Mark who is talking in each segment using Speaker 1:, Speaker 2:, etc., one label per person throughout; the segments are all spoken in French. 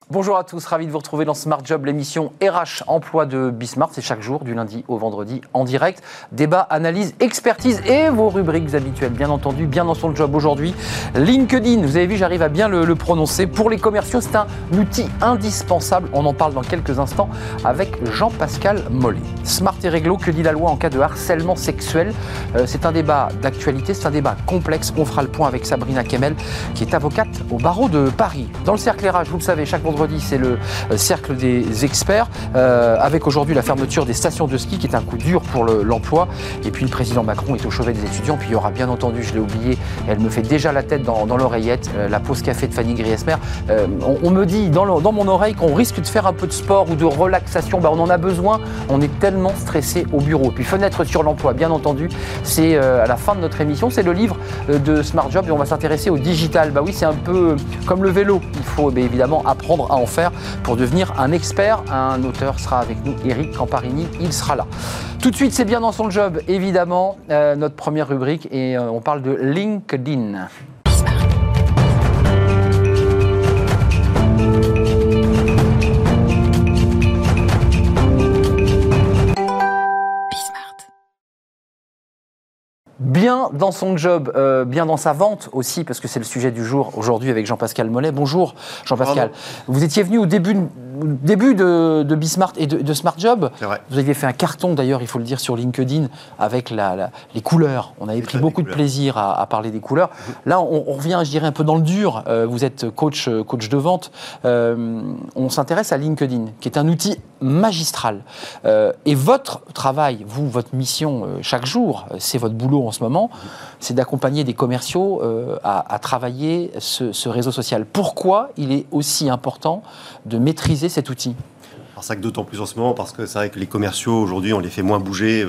Speaker 1: Bonjour à tous, ravi de vous retrouver dans Smart Job, l'émission RH Emploi de Bismart. C'est chaque jour, du lundi au vendredi, en direct. Débat, analyse, expertise et vos rubriques habituelles, bien entendu, bien dans son job aujourd'hui. LinkedIn, vous avez vu, j'arrive à bien le prononcer. Pour les commerciaux, c'est un outil indispensable. On en parle dans quelques instants avec Jean-Pascal Mollet. Smart et réglo, que dit la loi en cas de harcèlement sexuel? C'est un débat d'actualité, c'est un débat complexe. On fera le point avec Sabrina Kemel, qui est avocate au barreau de Paris. Dans le cercle RH, vous le savez, chaque vendredi, c'est le cercle des experts, avec aujourd'hui la fermeture des stations de ski, qui est un coup dur pour l'emploi. Et puis le président Macron est au chevet des étudiants. Puis il y aura bien entendu, je l'ai oublié, elle me fait déjà la tête dans l'oreillette, la pause café de Fanny Griesmer. On me dit dans mon oreille qu'on risque de faire un peu de sport ou de relaxation. On en a besoin, on est tellement stressé au bureau. Puis fenêtre sur l'emploi, bien entendu, c'est à la fin de notre émission, c'est le livre de Smart Job et on va s'intéresser au digital. Oui, c'est un peu comme le vélo, il faut évidemment apprendre à en faire pour devenir un expert. Un auteur sera avec nous, Eric Camparini, il sera là. Tout de suite, c'est bien dans son job, évidemment, notre première rubrique, et on parle de LinkedIn. Bien dans son job, bien dans sa vente aussi, parce que c'est le sujet du jour aujourd'hui avec Jean-Pascal Mollet. Bonjour Jean-Pascal. Vous étiez venu au début de Bismart et de Smart Job.
Speaker 2: C'est vrai.
Speaker 1: Vous aviez fait un carton d'ailleurs, il faut le dire, sur LinkedIn avec les couleurs. On avait pris beaucoup de plaisir à parler des couleurs. Là, on revient, je dirais, un peu dans le dur. Vous êtes coach de vente. On s'intéresse à LinkedIn, qui est un outil magistral. Et votre travail, votre mission chaque jour, c'est votre boulot en ce moment, c'est d'accompagner des commerciaux à travailler ce réseau social. Pourquoi il est aussi important de maîtriser cet outil?
Speaker 2: Alors ça que d'autant plus en ce moment, parce que c'est vrai que les commerciaux, aujourd'hui, on les fait moins bouger,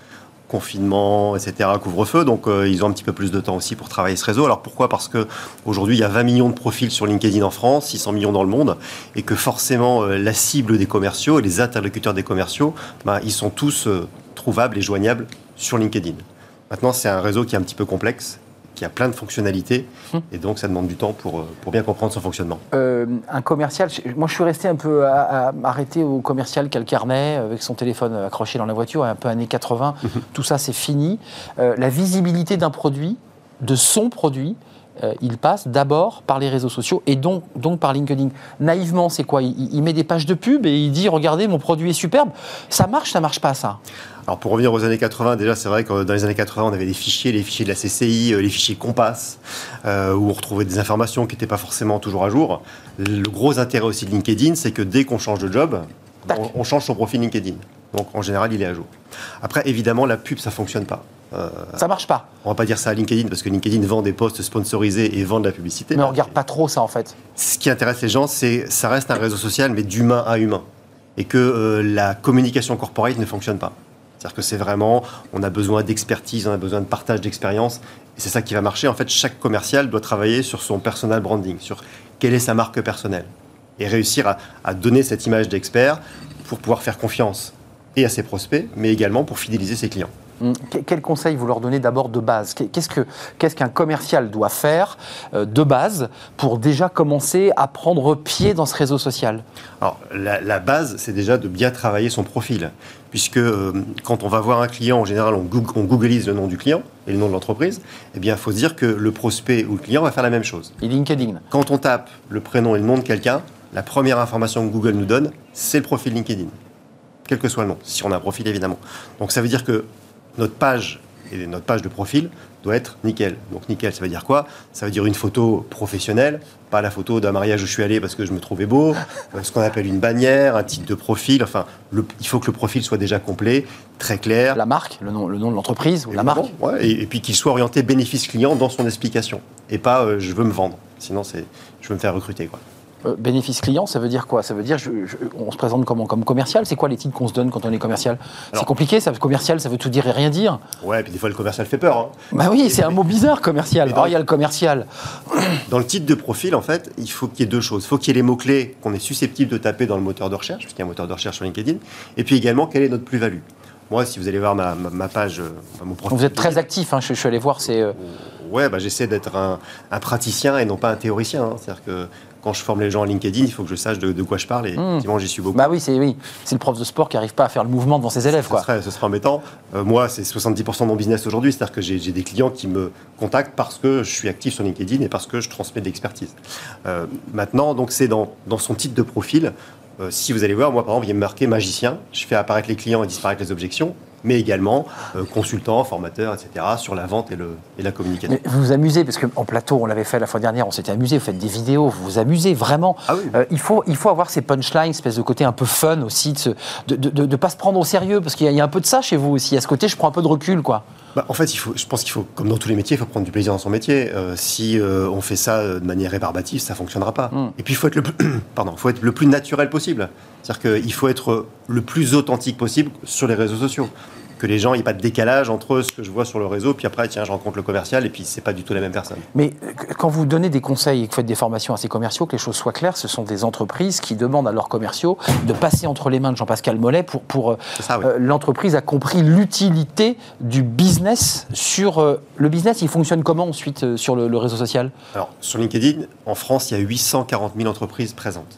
Speaker 2: confinement, etc., couvre-feu, donc ils ont un petit peu plus de temps aussi pour travailler ce réseau. Alors pourquoi? Parce qu'aujourd'hui, il y a 20 millions de profils sur LinkedIn en France, 600 millions dans le monde, et que forcément, la cible des commerciaux et les interlocuteurs des commerciaux, ils sont tous trouvables et joignables sur LinkedIn. Maintenant, c'est un réseau qui est un petit peu complexe, qui a plein de fonctionnalités, et donc ça demande du temps pour bien comprendre son fonctionnement.
Speaker 1: Un commercial, moi je suis resté un peu arrêté au commercial qui a le carnet, avec son téléphone accroché dans la voiture, un peu années 80, tout ça c'est fini. La visibilité d'un produit, de son produit, il passe d'abord par les réseaux sociaux et donc par LinkedIn. Naïvement, c'est quoi? Il met des pages de pub et il dit « Regardez, mon produit est superbe ». Ça marche pas ça?
Speaker 2: Alors pour revenir aux années 80, déjà c'est vrai que dans les années 80 on avait les fichiers de la CCI, les fichiers Compass, où on retrouvait des informations qui n'étaient pas forcément toujours à jour. Le gros intérêt aussi de LinkedIn, c'est que dès qu'on change de job, on change son profil LinkedIn. Donc en général il est à jour. Après évidemment la pub ça ne fonctionne pas.
Speaker 1: Ça marche pas.
Speaker 2: On va pas dire ça à LinkedIn parce que LinkedIn vend des posts sponsorisés et vend de la publicité.
Speaker 1: Mais on regarde pas trop ça en fait.
Speaker 2: Ce qui intéresse les gens, c'est ça reste un réseau social mais d'humain à humain. Et que la communication corporate ne fonctionne pas. C'est-à-dire que c'est vraiment, on a besoin d'expertise, on a besoin de partage d'expérience, et c'est ça qui va marcher. En fait, chaque commercial doit travailler sur son personal branding, sur quelle est sa marque personnelle, et réussir à donner cette image d'expert pour pouvoir faire confiance et à ses prospects, mais également pour fidéliser ses clients.
Speaker 1: Quel conseil vous leur donnez d'abord de base? Qu'est-ce qu'un commercial doit faire de base pour déjà commencer à prendre pied dans ce réseau social?
Speaker 2: Alors, la base, c'est déjà de bien travailler son profil. Puisque quand on va voir un client, en général, on googlise le nom du client et le nom de l'entreprise. Eh bien, il faut se dire que le prospect ou le client va faire la même chose.
Speaker 1: Et LinkedIn.
Speaker 2: Quand on tape le prénom et le nom de quelqu'un, la première information que Google nous donne, c'est le profil LinkedIn. Quel que soit le nom, si on a un profil, évidemment. Donc, ça veut dire que notre page de profil doit être nickel. Donc nickel, ça veut dire quoi? Ça veut dire une photo professionnelle, pas la photo d'un mariage où je suis allé parce que je me trouvais beau, ce qu'on appelle une bannière, un titre de profil. Enfin, il faut que le profil soit déjà complet, très clair.
Speaker 1: La marque, le nom de l'entreprise ou la marque.
Speaker 2: Ouais, et puis qu'il soit orienté bénéfice client dans son explication. Et pas je veux me vendre. Sinon, je veux me faire recruter, quoi.
Speaker 1: Bénéfice client, ça veut dire quoi? Ça veut dire on se présente comme commercial. C'est quoi les titres qu'on se donne quand on est commercial? C'est compliqué, ça. Commercial, ça veut tout dire et rien dire.
Speaker 2: Ouais, et puis des fois le commercial fait peur.
Speaker 1: Bah oui, c'est un mot bizarre, commercial. Il y a le commercial.
Speaker 2: Dans le titre de profil, en fait, il faut qu'il y ait deux choses. Il faut qu'il y ait les mots-clés qu'on est susceptible de taper dans le moteur de recherche, puisqu'il y a un moteur de recherche sur LinkedIn. Et puis également, quelle est notre plus-value? Moi, si vous allez voir ma page, mon profil...
Speaker 1: Vous êtes très actif, hein, je suis allé voir, c'est...
Speaker 2: Ouais, j'essaie d'être un praticien et non pas un théoricien. Hein. C'est-à-dire que quand je forme les gens à LinkedIn, il faut que je sache de quoi je parle et effectivement, j'y suis beaucoup.
Speaker 1: Bah oui, c'est le prof de sport qui n'arrive pas à faire le mouvement devant ses élèves.
Speaker 2: Ce serait embêtant. Moi, c'est 70% de mon business aujourd'hui, c'est-à-dire que j'ai des clients qui me contactent parce que je suis actif sur LinkedIn et parce que je transmets de l'expertise. Maintenant, donc c'est dans son type de profil. Si vous allez voir, moi par exemple, il y a marqué magicien, je fais apparaître les clients et disparaître les objections, mais également consultant, formateur, etc., sur la vente et la communication.
Speaker 1: Mais vous vous amusez, parce qu'en plateau, on l'avait fait la fois dernière, on s'était amusé, vous faites des vidéos, vous vous amusez vraiment.
Speaker 2: Ah oui.
Speaker 1: Il faut avoir ces punchlines, espèce de côté un peu fun aussi, de ne pas se prendre au sérieux, parce qu'il y a un peu de ça chez vous aussi. À ce côté, je prends un peu de recul, quoi.
Speaker 2: En fait, je pense qu'il faut, comme dans tous les métiers, il faut prendre du plaisir dans son métier. Si on fait ça de manière rébarbative, ça ne fonctionnera pas. Et puis, il faut être le plus naturel possible. C'est-à-dire qu'il faut être le plus authentique possible sur les réseaux sociaux. Que les gens, il n'y ait pas de décalage entre ce que je vois sur le réseau, puis après, tiens, je rencontre le commercial, et puis c'est pas du tout la même personne.
Speaker 1: Mais quand vous donnez des conseils et que vous faites des formations à ces commerciaux, que les choses soient claires, ce sont des entreprises qui demandent à leurs commerciaux de passer entre les mains de Jean-Pascal Mollet pour ça, oui. L'entreprise a compris l'utilité du business sur le business. Il fonctionne comment ensuite sur le réseau social?
Speaker 2: Alors, sur LinkedIn, en France, il y a 840 000 entreprises présentes.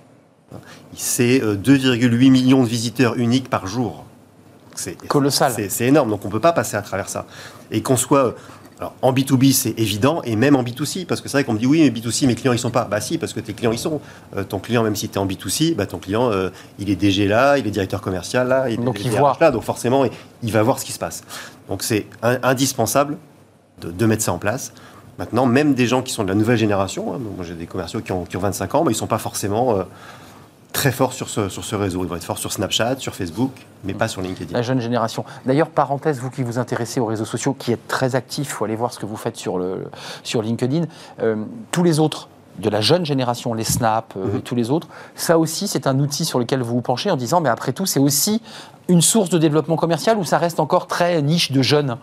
Speaker 2: C'est 2,8 millions de visiteurs uniques par jour. C'est
Speaker 1: colossal.
Speaker 2: C'est énorme, donc on ne peut pas passer à travers ça. Et qu'on soit... Alors, en B2B, c'est évident, et même en B2C, parce que c'est vrai qu'on me dit, oui, mais B2C, mes clients, ils ne sont pas. Bah si, parce que tes clients, ils sont. Ton client, même si tu es en B2C, ton client, il est DG là, il est directeur commercial là, il
Speaker 1: donc
Speaker 2: est DRH là, donc forcément, il va voir ce qui se passe. Donc c'est indispensable de mettre ça en place. Maintenant, même des gens qui sont de la nouvelle génération, moi j'ai des commerciaux qui ont 25 ans, ils ne sont pas forcément... très fort sur ce réseau. Ils vont être forts sur Snapchat, sur Facebook, mais pas sur LinkedIn.
Speaker 1: La jeune génération. D'ailleurs, parenthèse, vous qui vous intéressez aux réseaux sociaux, qui êtes très actifs, il faut aller voir ce que vous faites sur LinkedIn, tous les autres de la jeune génération, les Snap, et tous les autres, ça aussi, c'est un outil sur lequel vous vous penchez en disant, mais après tout, c'est aussi une source de développement commercial ou ça reste encore très niche de jeunes?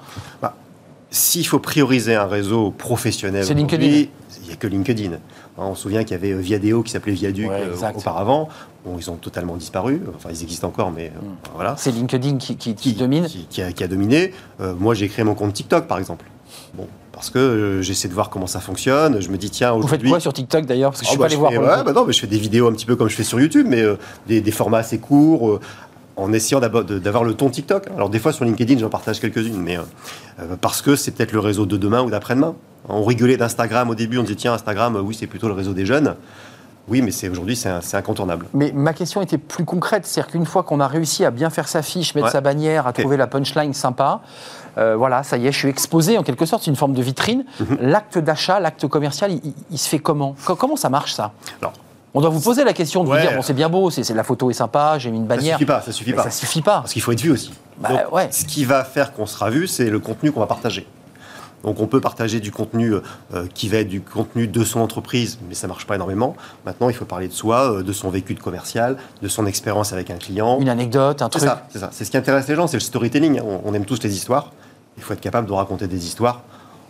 Speaker 2: S'il faut prioriser un réseau professionnel,
Speaker 1: c'est LinkedIn.
Speaker 2: Il n'y a que LinkedIn. On se souvient qu'il y avait Viadeo qui s'appelait Viaduc auparavant. Bon, ils ont totalement disparu. Enfin, ils existent encore, mais voilà.
Speaker 1: C'est LinkedIn qui domine.
Speaker 2: Qui a dominé. Moi, j'ai créé mon compte TikTok, par exemple. Bon, parce que j'essaie de voir comment ça fonctionne. Je me dis, tiens, aujourd'hui...
Speaker 1: Vous faites quoi sur TikTok, d'ailleurs? Parce que je ne suis pas allé voir.
Speaker 2: Non, mais je fais des vidéos un petit peu comme je fais sur YouTube, mais des formats assez courts... en essayant d'avoir le ton TikTok. Alors des fois sur LinkedIn, j'en partage quelques-unes, mais parce que c'est peut-être le réseau de demain ou d'après-demain. On rigolait d'Instagram au début, on disait tiens, Instagram, oui, c'est plutôt le réseau des jeunes. Oui, mais aujourd'hui, c'est incontournable.
Speaker 1: Mais ma question était plus concrète, c'est-à-dire qu'une fois qu'on a réussi à bien faire sa fiche, mettre sa bannière, à trouver la punchline sympa, voilà, ça y est, je suis exposé en quelque sorte, c'est une forme de vitrine. L'acte d'achat, l'acte commercial, il se fait comment? Comment ça marche ça? Alors, on doit vous poser la question de vous dire, bon, c'est bien beau, la photo est sympa, j'ai mis une bannière.
Speaker 2: Ça suffit pas.
Speaker 1: Ça suffit pas.
Speaker 2: Parce qu'il faut être vu aussi. Donc, ce qui va faire qu'on sera vu, c'est le contenu qu'on va partager. Donc on peut partager du contenu qui va être du contenu de son entreprise, mais ça ne marche pas énormément. Maintenant, il faut parler de soi, de son vécu de commercial, de son expérience avec un client.
Speaker 1: Une anecdote, un truc.
Speaker 2: C'est ça. C'est ce qui intéresse les gens, c'est le storytelling. On aime tous les histoires. Il faut être capable de raconter des histoires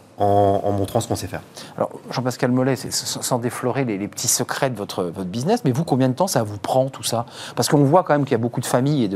Speaker 2: en montrant ce qu'on sait faire. Alors,
Speaker 1: Jean-Pascal Mollet, sans déflorer les petits secrets de votre business, mais vous, combien de temps ça vous prend tout ça? Parce qu'on voit quand même qu'il y a beaucoup de familles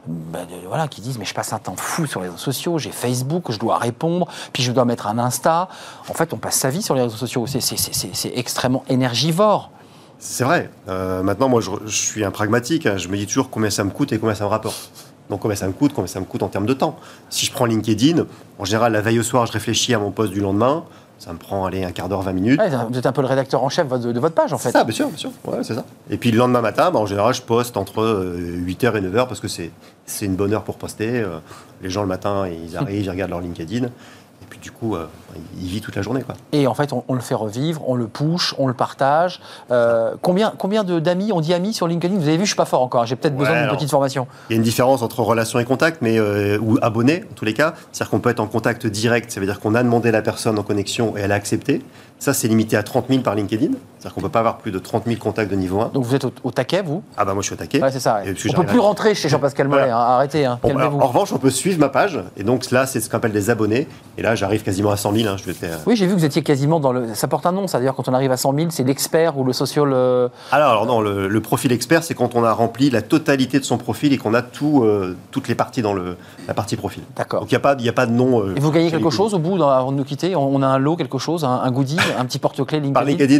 Speaker 1: qui disent mais je passe un temps fou sur les réseaux sociaux, j'ai Facebook, je dois répondre, puis je dois mettre un Insta. En fait, on passe sa vie sur les réseaux sociaux. C'est extrêmement énergivore.
Speaker 2: C'est vrai. Maintenant, moi, je suis un pragmatique. Je me dis toujours combien ça me coûte et combien ça me rapporte. Donc combien ça me coûte en termes de temps. Si je prends LinkedIn, en général, la veille au soir, je réfléchis à mon post du lendemain. Ça me prend, un quart d'heure, 20 minutes.
Speaker 1: Ouais, vous êtes un peu le rédacteur en chef de votre page, en fait.
Speaker 2: C'est ça, bien sûr. Ouais, c'est ça. Et puis le lendemain matin, en général, je poste entre 8h et 9h parce que c'est une bonne heure pour poster. Les gens, le matin, ils arrivent, ils regardent leur LinkedIn. Et puis du coup, il vit toute la journée, quoi.
Speaker 1: Et en fait, on le fait revivre, on le push, on le partage. Combien d'amis, on dit amis sur LinkedIn? Vous avez vu, je ne suis pas fort encore, j'ai peut-être besoin d'une petite formation.
Speaker 2: Il y a une différence entre relation et contact, ou abonné, en tous les cas. C'est-à-dire qu'on peut être en contact direct, ça veut dire qu'on a demandé la personne en connexion et elle a accepté. Ça, c'est limité à 30 000 par LinkedIn. C'est-à-dire qu'on ne peut pas avoir plus de 30 000 contacts de niveau 1.
Speaker 1: Donc vous êtes au taquet, vous?
Speaker 2: Ah bah moi, je suis au taquet.
Speaker 1: Ouais, c'est ça. Ouais. On ne peut plus rentrer chez Jean-Pascal Mollet, arrêtez, calmez-vous.
Speaker 2: En revanche, on peut suivre ma page. Et donc là, c'est ce qu'on appelle des abonnés. Et là, j'arrive quasiment à 100 000.
Speaker 1: Oui, j'ai vu que vous étiez quasiment dans le... Ça porte un nom, ça. D'ailleurs, quand on arrive à 100 000, c'est l'expert ou le social...
Speaker 2: Alors non, le profil expert, c'est quand on a rempli la totalité de son profil et qu'on a toutes les parties dans la partie profil.
Speaker 1: D'accord.
Speaker 2: Donc il n'y a pas de nom...
Speaker 1: et vous gagnez quelque chose au bout, avant de nous quitter? On a un lot, quelque chose, un goodie, un petit porte-clés LinkedIn?
Speaker 2: Par LinkedIn, non.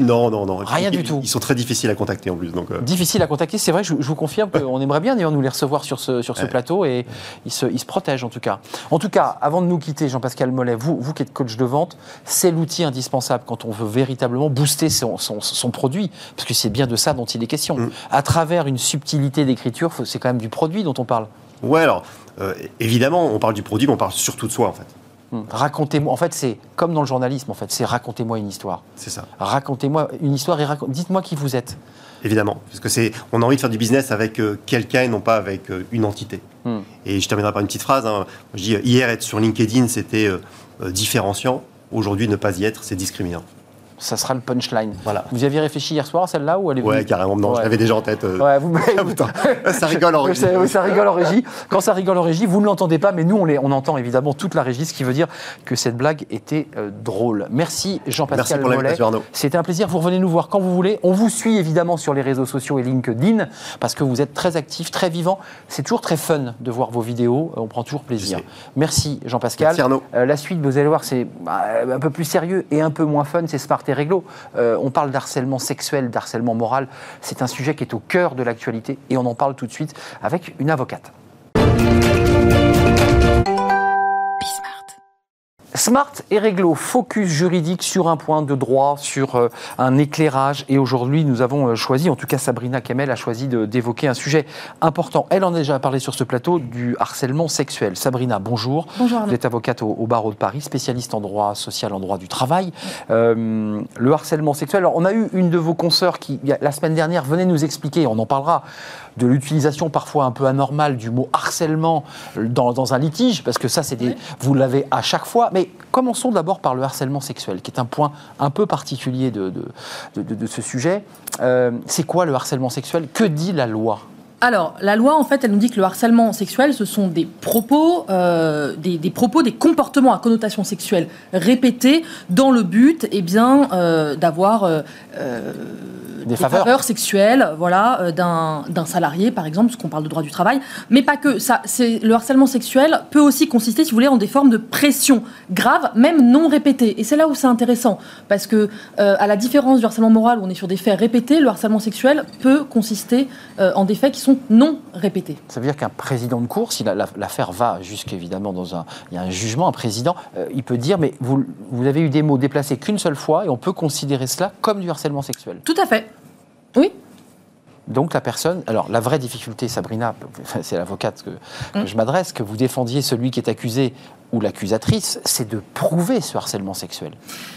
Speaker 2: non.
Speaker 1: Rien du tout.
Speaker 2: Ils sont très difficiles à contacter en plus. Donc,
Speaker 1: Difficile à contacter, c'est vrai, je vous confirme qu'on aimerait bien d'ailleurs nous les recevoir sur ce plateau et ils se protègent en tout cas. En tout cas, avant de nous quitter, Jean-Pascal Mollet, vous qui êtes coach de vente, c'est l'outil indispensable quand on veut véritablement booster son produit, parce que c'est bien de ça dont il est question. À travers une subtilité d'écriture, c'est quand même du produit dont on parle.
Speaker 2: Ouais, alors, évidemment, on parle du produit, mais on parle surtout de soi, en fait.
Speaker 1: Racontez-moi, en fait, c'est comme dans le journalisme, en fait, c'est racontez-moi une histoire.
Speaker 2: C'est ça.
Speaker 1: Racontez-moi une histoire et dites-moi qui vous êtes.
Speaker 2: Évidemment, parce que on a envie de faire du business avec quelqu'un et non pas avec une entité. Et je terminerai par une petite phrase. Je dis, hier, être sur LinkedIn, c'était différenciant. Aujourd'hui, ne pas y être, c'est discriminant.
Speaker 1: Ça sera le punchline.
Speaker 2: Voilà.
Speaker 1: Vous y aviez réfléchi hier soir à celle-là ou elle est venue ?
Speaker 2: Ouais, carrément. Non, je l'avais déjà en tête. Ça rigole en régie.
Speaker 1: Oui, ça rigole en régie. Quand ça rigole en régie, vous ne l'entendez pas, mais nous, on entend évidemment toute la régie, ce qui veut dire que cette blague était drôle. Merci Jean-Pascal Mollet. C'était un plaisir. Vous revenez nous voir quand vous voulez. On vous suit évidemment sur les réseaux sociaux et LinkedIn parce que vous êtes très actif, très vivant. C'est toujours très fun de voir vos vidéos. On prend toujours plaisir. Merci Jean-Pascal.
Speaker 2: Merci Arnaud.
Speaker 1: La suite, vous allez voir, c'est un peu plus sérieux et un peu moins fun. C'est Smart et Réglo. On parle d'harcèlement sexuel, d'harcèlement moral. C'est un sujet qui est au cœur de l'actualité et on en parle tout de suite avec une avocate. Smart et Réglo, focus juridique sur un point de droit, sur un éclairage. Et aujourd'hui, nous avons choisi, en tout cas Sabrina Kemel a choisi d'évoquer un sujet important. Elle en a déjà parlé sur ce plateau, du harcèlement sexuel. Sabrina, bonjour.
Speaker 3: Bonjour.
Speaker 1: Vous êtes avocate au barreau de Paris, spécialiste en droit social, en droit du travail. Le harcèlement sexuel, alors on a eu une de vos consoeurs qui, la semaine dernière, venait nous expliquer, on en parlera, de l'utilisation parfois un peu anormale du mot harcèlement dans un litige, parce que ça, vous l'avez à chaque fois. Mais commençons d'abord par le harcèlement sexuel, qui est un point un peu particulier de ce sujet. C'est quoi le harcèlement sexuel ? Que dit la loi ?
Speaker 3: Alors, la loi, en fait, elle nous dit que le harcèlement sexuel, ce sont des propos, des comportements à connotation sexuelle répétés dans le but, d'avoir des faveurs sexuelles, voilà, d'un salarié, par exemple, parce qu'on parle de droit du travail, mais pas que. Le harcèlement sexuel peut aussi consister, si vous voulez, en des formes de pression grave, même non répétées. Et c'est là où c'est intéressant, parce que, à la différence du harcèlement moral, où on est sur des faits répétés, le harcèlement sexuel peut consister en des faits qui sont non répétés.
Speaker 1: Ça veut dire qu'un président de cour, si l'affaire va jusqu'évidemment il y a un jugement, un président, il peut dire, mais vous avez eu des mots déplacés qu'une seule fois, et on peut considérer cela comme du harcèlement sexuel.
Speaker 3: Tout à fait. Oui.
Speaker 1: Donc la personne, alors la vraie difficulté, Sabrina, c'est l'avocate que je m'adresse, que vous défendiez celui qui est accusé ou l'accusatrice, c'est de prouver ce harcèlement sexuel.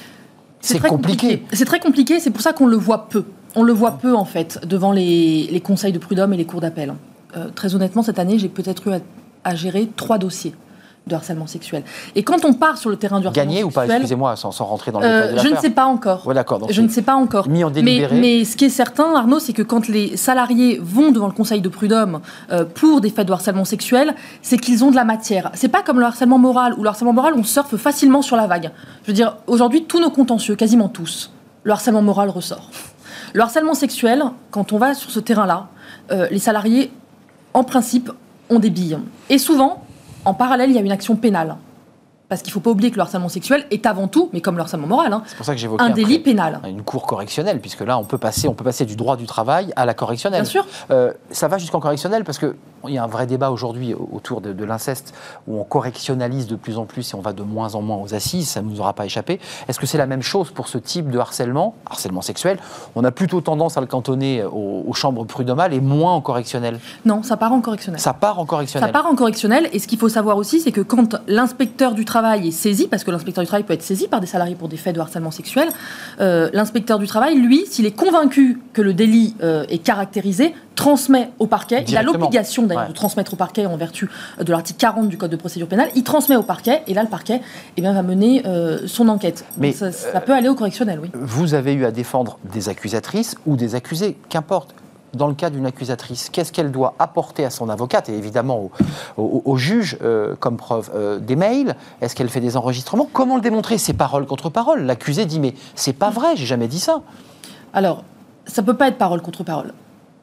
Speaker 1: C'est compliqué.
Speaker 3: C'est très compliqué, c'est pour ça qu'on le voit peu. On le voit peu, en fait, devant les conseils de prud'homme et les cours d'appel. Très honnêtement, cette année, j'ai peut-être eu à gérer 3 dossiers de harcèlement sexuel. Et quand on part sur le terrain du harcèlement
Speaker 1: sexuel... Gagné ou pas, excusez-moi, sans rentrer dans le détail de l'affaire.
Speaker 3: Je ne sais pas encore.
Speaker 1: Ouais, d'accord,
Speaker 3: je ne sais pas encore.
Speaker 1: Mis en délibéré.
Speaker 3: Mais ce qui est certain, Arnaud, c'est que quand les salariés vont devant le conseil de prud'homme pour des faits de harcèlement sexuel, c'est qu'ils ont de la matière. C'est pas comme le harcèlement moral, où le harcèlement moral, on surfe facilement sur la vague. Je veux dire, aujourd'hui, tous nos contentieux, quasiment tous, le harcèlement moral ressort. Le harcèlement sexuel, quand on va sur ce terrain-là, les salariés, en principe, ont des billes. Et souvent, en parallèle, il y a une action pénale. Parce qu'il ne faut pas oublier que le harcèlement sexuel est avant tout, mais comme le harcèlement moral,
Speaker 1: c'est pour ça que j'évoquais
Speaker 3: un délit pénal.
Speaker 1: Une cour correctionnelle, puisque là, on peut passer du droit du travail à la correctionnelle.
Speaker 3: Bien sûr.
Speaker 1: Ça va jusqu'en correctionnelle, parce qu'il y a un vrai débat aujourd'hui autour de l'inceste, où on correctionnalise de plus en plus et on va de moins en moins aux assises, ça ne nous aura pas échappé. Est-ce que c'est la même chose pour ce type de harcèlement sexuel ? On a plutôt tendance à le cantonner aux chambres prud'homales et moins en correctionnel.
Speaker 3: Non, ça part en correctionnel.
Speaker 1: Ça part en correctionnel.
Speaker 3: Ça part en correctionnel, et ce qu'il faut savoir aussi, c'est que quand l'inspecteur du travail est saisi, parce que l'inspecteur du travail peut être saisi par des salariés pour des faits de harcèlement sexuel, l'inspecteur du travail, lui, s'il est convaincu que le délit est caractérisé, transmet au parquet. Il a l'obligation d'ailleurs de transmettre au parquet en vertu de l'article 40 du Code de procédure pénale. Il transmet au parquet, et là le parquet va mener son enquête. Mais ça peut aller au correctionnel, oui.
Speaker 1: Vous avez eu à défendre des accusatrices ou des accusés, qu'importe. Dans le cas d'une accusatrice, qu'est-ce qu'elle doit apporter à son avocate et évidemment au juge comme preuve des mails ? Est-ce qu'elle fait des enregistrements ? Comment le démontrer ? C'est parole contre parole. L'accusé dit « mais c'est pas vrai, j'ai jamais dit ça ».
Speaker 3: Alors, ça peut pas être parole contre parole.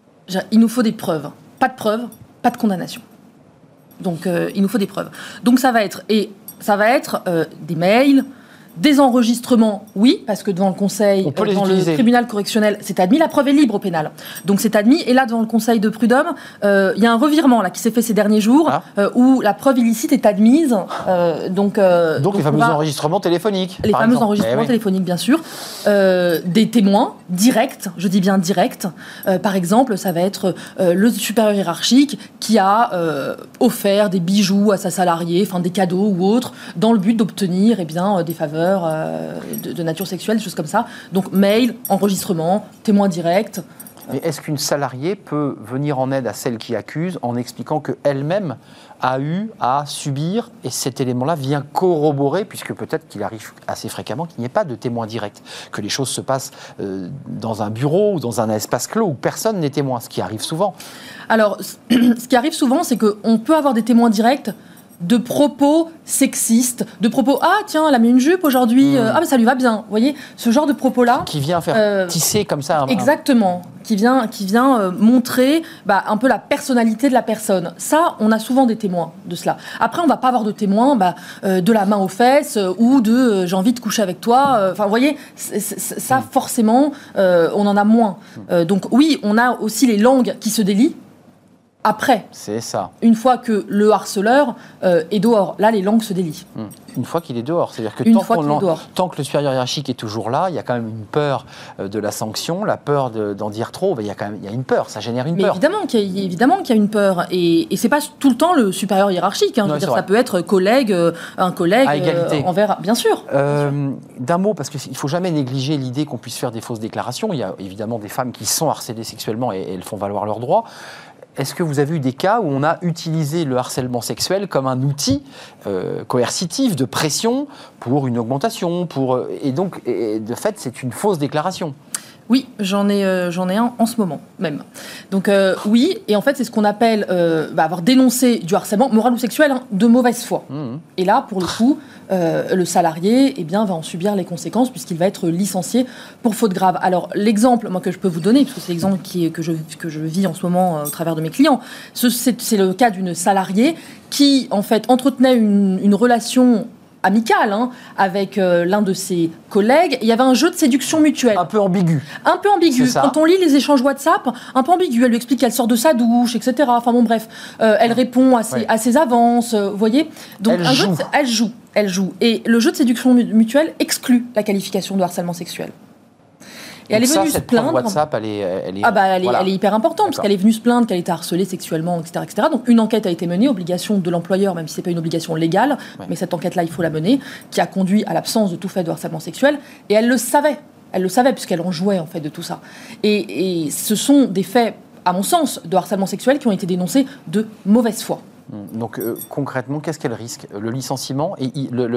Speaker 3: Il nous faut des preuves. Pas de preuves, pas de condamnation. Donc, il nous faut des preuves. Donc, ça va être des mails, Des enregistrements, oui, parce que devant le conseil, devant le tribunal correctionnel, c'est admis. La preuve est libre au pénal. Donc c'est admis. Et là, devant le conseil de prud'homme, il y a un revirement là, qui s'est fait ces derniers jours où la preuve illicite est admise. Donc
Speaker 1: les fameux enregistrements téléphoniques.
Speaker 3: Les fameux enregistrements téléphoniques, bien sûr. Des témoins directs, je dis bien directs. Par exemple, ça va être le supérieur hiérarchique qui a offert des bijoux à sa salariée, enfin des cadeaux ou autres, dans le but d'obtenir des faveurs de nature sexuelle, des choses comme ça. Donc mail, enregistrement, témoin direct.
Speaker 1: Mais est-ce qu'une salariée peut venir en aide à celle qui accuse en expliquant qu'elle-même a eu à subir, et cet élément-là vient corroborer, puisque peut-être qu'il arrive assez fréquemment qu'il n'y ait pas de témoin direct, que les choses se passent dans un bureau ou dans un espace clos où personne n'est témoin, ce qui arrive souvent.
Speaker 3: Alors, ce qui arrive souvent, c'est qu'on peut avoir des témoins directs de propos sexistes, de propos « Ah, tiens, elle a mis une jupe aujourd'hui, ah, mais ça lui va bien ». Vous voyez, ce genre de propos-là...
Speaker 1: Qui vient faire tisser comme ça.
Speaker 3: Exactement. Qui vient montrer un peu la personnalité de la personne. Ça, on a souvent des témoins de cela. Après, on ne va pas avoir de témoins de la main aux fesses ou de « j'ai envie de coucher avec toi ». Enfin, vous voyez, ça, forcément, on en a moins. Donc oui, on a aussi les langues qui se délient. Après,
Speaker 1: c'est ça. Une
Speaker 3: fois que le harceleur est dehors, là, les langues se délient.
Speaker 1: Une fois qu'il est dehors, c'est-à-dire que tant que le supérieur hiérarchique est toujours là, il y a quand même une peur de la sanction, la peur d'en dire trop. Il y a une peur, ça génère une peur.
Speaker 3: Évidemment qu'il y a une peur, et c'est pas tout le temps le supérieur hiérarchique. Je veux dire, ça peut être un collègue
Speaker 1: à égalité.
Speaker 3: Envers, bien sûr.
Speaker 1: D'un mot, parce qu'il faut jamais négliger l'idée qu'on puisse faire des fausses déclarations. Il y a évidemment des femmes qui sont harcelées sexuellement et elles font valoir leurs droits. Est-ce que vous avez eu des cas où on a utilisé le harcèlement sexuel comme un outil coercitif de pression pour une augmentation et donc, de fait, c'est une fausse déclaration?
Speaker 3: Oui, j'en ai un en ce moment même. Donc oui, et en fait c'est ce qu'on appelle avoir dénoncé du harcèlement moral ou sexuel de mauvaise foi. Et là, pour le coup, le salarié va en subir les conséquences puisqu'il va être licencié pour faute grave. Alors l'exemple que je peux vous donner, parce que c'est l'exemple que je vis en ce moment au travers de mes clients, c'est le cas d'une salariée qui en fait entretenait une relation amicale avec l'un de ses collègues. Il y avait un jeu de séduction mutuelle.
Speaker 1: Un peu ambigu.
Speaker 3: Quand on lit les échanges WhatsApp, un peu ambigu. Elle lui explique qu'elle sort de sa douche, etc. Enfin bon, bref. Elle répond à ses avances, vous voyez. Donc, elle joue. Et le jeu de séduction mutuelle exclut la qualification de harcèlement sexuel. Et elle est venue se plaindre.
Speaker 1: WhatsApp, elle
Speaker 3: est hyper importante, parce qu'elle est venue se plaindre qu'elle était harcelée sexuellement, etc., etc. Donc une enquête a été menée, obligation de l'employeur, même si ce n'est pas une obligation légale, mais cette enquête-là, il faut la mener, qui a conduit à l'absence de tout fait de harcèlement sexuel. Et elle le savait. Elle le savait, puisqu'elle en jouait, en fait, de tout ça. Et ce sont des faits, à mon sens, de harcèlement sexuel qui ont été dénoncés de mauvaise foi.
Speaker 1: Donc concrètement, qu'est-ce qu'elle risque? Le licenciement et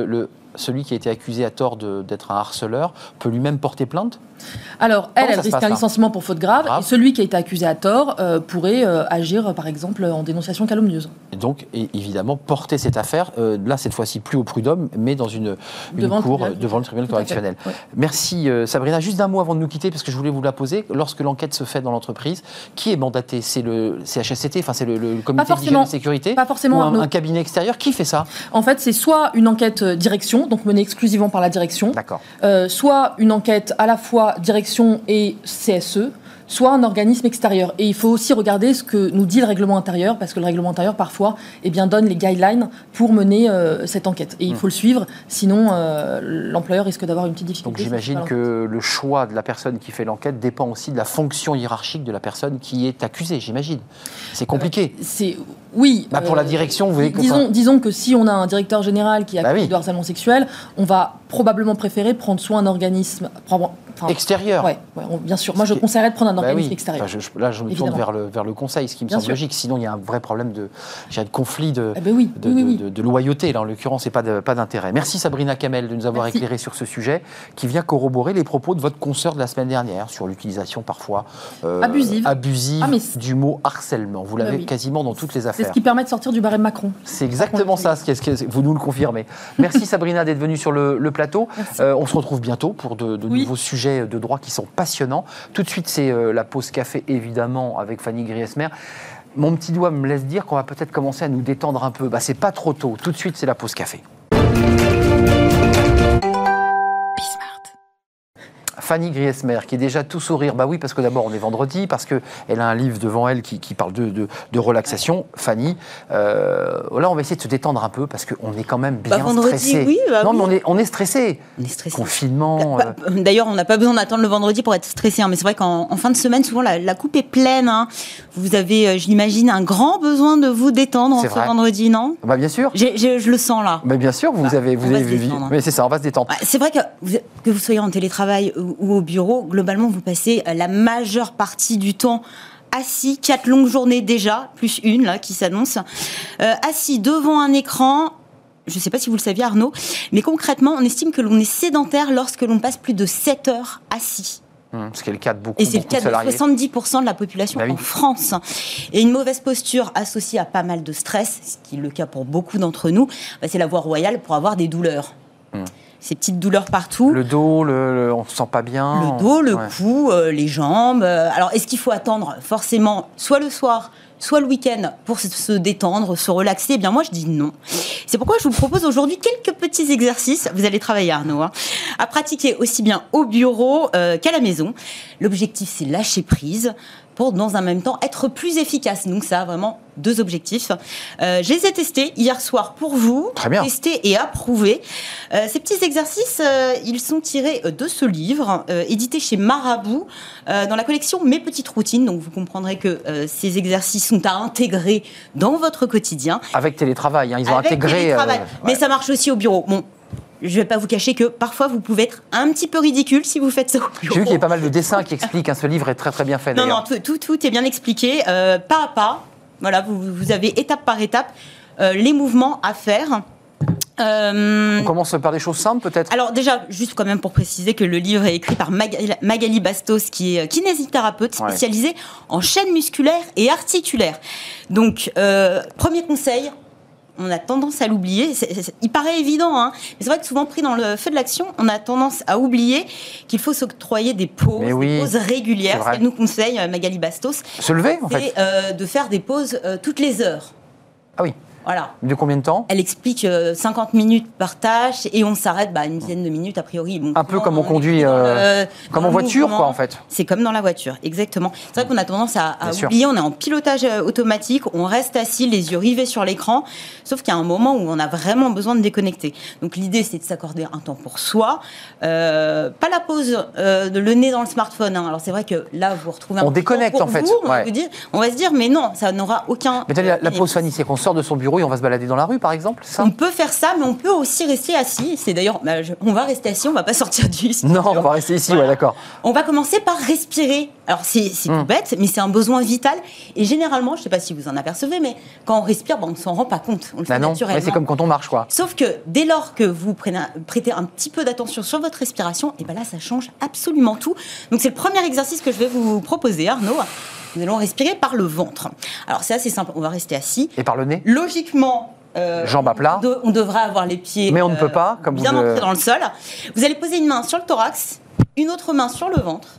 Speaker 1: celui qui a été accusé à tort d'être un harceleur peut lui-même porter plainte?
Speaker 3: Alors, elle risque un licenciement pour faute grave. Et celui qui a été accusé à tort pourrait agir, par exemple, en dénonciation calomnieuse.
Speaker 1: Et donc, évidemment, porter cette affaire, là, cette fois-ci, plus au prud'homme, mais dans une cour devant le tribunal correctionnel.
Speaker 3: Ouais.
Speaker 1: Merci, Sabrina. Juste d'un mot avant de nous quitter, parce que je voulais vous la poser. Lorsque l'enquête se fait dans l'entreprise, qui est mandaté? C'est le CHSCT, enfin, c'est le comité d'hygiène et de sécurité?
Speaker 3: Pas forcément.
Speaker 1: Ou un cabinet extérieur? Qui fait ça?
Speaker 3: En fait, c'est soit une enquête direction, donc menée exclusivement par la direction.
Speaker 1: D'accord.
Speaker 3: Soit une enquête à la fois direction et CSE, soit un organisme extérieur. Et il faut aussi regarder ce que nous dit le règlement intérieur, parce que le règlement intérieur, parfois, donne les guidelines pour mener cette enquête. Et il faut le suivre, sinon l'employeur risque d'avoir une petite difficulté.
Speaker 1: Donc j'imagine que le choix de la personne qui fait l'enquête dépend aussi de la fonction hiérarchique de la personne qui est accusée, j'imagine. C'est compliqué.
Speaker 3: Oui.
Speaker 1: Pour la direction, vous voyez
Speaker 3: que... Disons que si on a un directeur général qui est accusé de harcèlement sexuel, on va probablement préférer prendre soit un organisme...
Speaker 1: extérieur.
Speaker 3: Oui, bien sûr. Moi, je conseillerais de prendre un organisme extérieur.
Speaker 1: Là, je me tourne vers le conseil, ce qui me semble logique. Sinon, il y a un vrai problème de conflit de loyauté. Là, en l'occurrence, et pas d'intérêt. Merci Sabrina Kamel de nous avoir éclairé sur ce sujet qui vient corroborer les propos de votre consoeur de la semaine dernière sur l'utilisation parfois abusive du mot harcèlement. Vous l'avez quasiment dans toutes les affaires.
Speaker 3: C'est ce qui permet de sortir du barème Macron.
Speaker 1: C'est exactement ça, vous nous le confirmez. Merci Sabrina d'être venue sur le plateau. On se retrouve bientôt pour de nouveaux sujets de droit qui sont passionnants. Tout de suite, c'est la pause café, évidemment, avec Fanny Griesmer. Mon petit doigt me laisse dire qu'on va peut-être commencer à nous détendre un peu. C'est pas trop tôt. Tout de suite, c'est la pause café. Fanny Griesmer, qui est déjà tout sourire. Bah oui, parce que d'abord, on est vendredi, parce qu'elle a un livre devant elle qui parle de relaxation. Fanny, là, on va essayer de se détendre un peu, parce qu'on est quand même bien
Speaker 3: vendredi,
Speaker 1: stressé.
Speaker 3: Oui,
Speaker 1: non,
Speaker 3: oui.
Speaker 1: mais on est stressé.
Speaker 3: On est stressé.
Speaker 1: Confinement.
Speaker 4: D'ailleurs, on n'a pas besoin d'attendre le vendredi pour être stressé. Mais c'est vrai qu'en fin de semaine, souvent, la coupe est pleine. Vous avez, je l'imagine, un grand besoin de vous détendre ce vendredi, non ?
Speaker 1: Bah, bien sûr.
Speaker 4: Je le sens là.
Speaker 1: Mais bien sûr, vous avez vu. Mais c'est ça, on va se détendre.
Speaker 4: C'est vrai que vous soyez en télétravail ou au bureau, globalement, vous passez la majeure partie du temps assis, 4 longues journées déjà, plus une là qui s'annonce, assis devant un écran. Je ne sais pas si vous le saviez, Arnaud, mais concrètement, on estime que l'on est sédentaire lorsque l'on passe plus de 7 heures assis.
Speaker 1: Ce qui est le cas de beaucoup
Speaker 4: Et c'est le cas de
Speaker 1: salariés.
Speaker 4: 70% de la population en France. Et une mauvaise posture associée à pas mal de stress, ce qui est le cas pour beaucoup d'entre nous, c'est la voie royale pour avoir des douleurs. Ces petites douleurs partout.
Speaker 1: Le dos, on ne se sent pas bien.
Speaker 4: Le dos, le cou, les jambes. Alors, est-ce qu'il faut attendre forcément soit le soir, soit le week-end pour se détendre, se relaxer ? Eh bien, moi, je dis non. C'est pourquoi je vous propose aujourd'hui quelques petits exercices. Vous allez travailler, Arnaud, à pratiquer aussi bien au bureau qu'à la maison. L'objectif, c'est lâcher prise pour, dans un même temps, être plus efficace. Donc, ça a vraiment 2 objectifs. Je les ai testés hier soir pour vous.
Speaker 1: Très bien.
Speaker 4: Testés et approuvés. Ces petits exercices, ils sont tirés de ce livre, édité chez Marabout, dans la collection Mes petites routines. Donc, vous comprendrez que ces exercices sont à intégrer dans votre quotidien.
Speaker 1: Avec télétravail, ils ont intégré.
Speaker 4: Télétravail. Mais ça marche aussi au bureau. Bon. Je ne vais pas vous cacher que parfois vous pouvez être un petit peu ridicule si vous faites ça au bureau.
Speaker 1: J'ai vu qu'il y a pas mal de dessins qui expliquent. Ce livre est très très bien fait.
Speaker 4: Non, tout est bien expliqué, pas à pas. Voilà, vous avez étape par étape les mouvements à faire.
Speaker 1: On commence par des choses simples peut-être.
Speaker 4: Alors déjà, juste quand même pour préciser que le livre est écrit par Magali Bastos, qui est kinésithérapeute spécialisée en chaînes musculaires et articulaires. Donc, premier conseil, on a tendance à l'oublier. Il paraît évident, mais c'est vrai que souvent pris dans le feu de l'action, on a tendance à oublier qu'il faut s'octroyer des pauses, des pauses régulières. Ce qu'elle nous conseille, Magali Bastos,
Speaker 1: se lever en fait,
Speaker 4: de faire des pauses toutes les heures.
Speaker 1: Ah oui.
Speaker 4: Voilà.
Speaker 1: De combien de temps ?
Speaker 4: Elle explique 50 minutes par tâche et on s'arrête une dizaine de minutes a priori. Bon,
Speaker 1: un peu comme on conduit, comme en voiture quoi en fait.
Speaker 4: C'est comme dans la voiture, exactement. C'est vrai qu'on a tendance à oublier, on est en pilotage automatique, on reste assis, les yeux rivés sur l'écran, sauf qu'il y a un moment où on a vraiment besoin de déconnecter. Donc l'idée c'est de s'accorder un temps pour soi, pas la pause de le nez dans le smartphone. Alors c'est vrai que là vous retrouvez un
Speaker 1: on déconnecte en fait.
Speaker 4: On va se dire mais non, ça n'aura aucun...
Speaker 1: Mais la pause Fanny, c'est qu'on sort de son bureau et on va se balader dans la rue, par exemple, ça ?
Speaker 4: On peut faire ça, mais on peut aussi rester assis. C'est d'ailleurs, on va rester assis, on va pas sortir du studio.
Speaker 1: Non, on va rester ici, voilà. D'accord.
Speaker 4: On va commencer par respirer. Alors c'est tout bête, mais c'est un besoin vital. Et généralement, je sais pas si vous en apercevez, mais quand on respire, on ne s'en rend pas compte. On le fait naturellement.
Speaker 1: C'est comme quand on marche, quoi.
Speaker 4: Sauf que dès lors que vous prêtez un petit peu d'attention sur votre respiration, et là, ça change absolument tout. Donc c'est le premier exercice que je vais vous proposer, Arnaud. Nous allons respirer par le ventre. Alors c'est assez simple, on va rester assis.
Speaker 1: Et par le nez ?
Speaker 4: Logiquement,
Speaker 1: jambes à plat.
Speaker 4: On devrait avoir les pieds
Speaker 1: mais on ne peut pas, comme
Speaker 4: bien ancrés dans le sol. Vous allez poser une main sur le thorax, une autre main sur le ventre.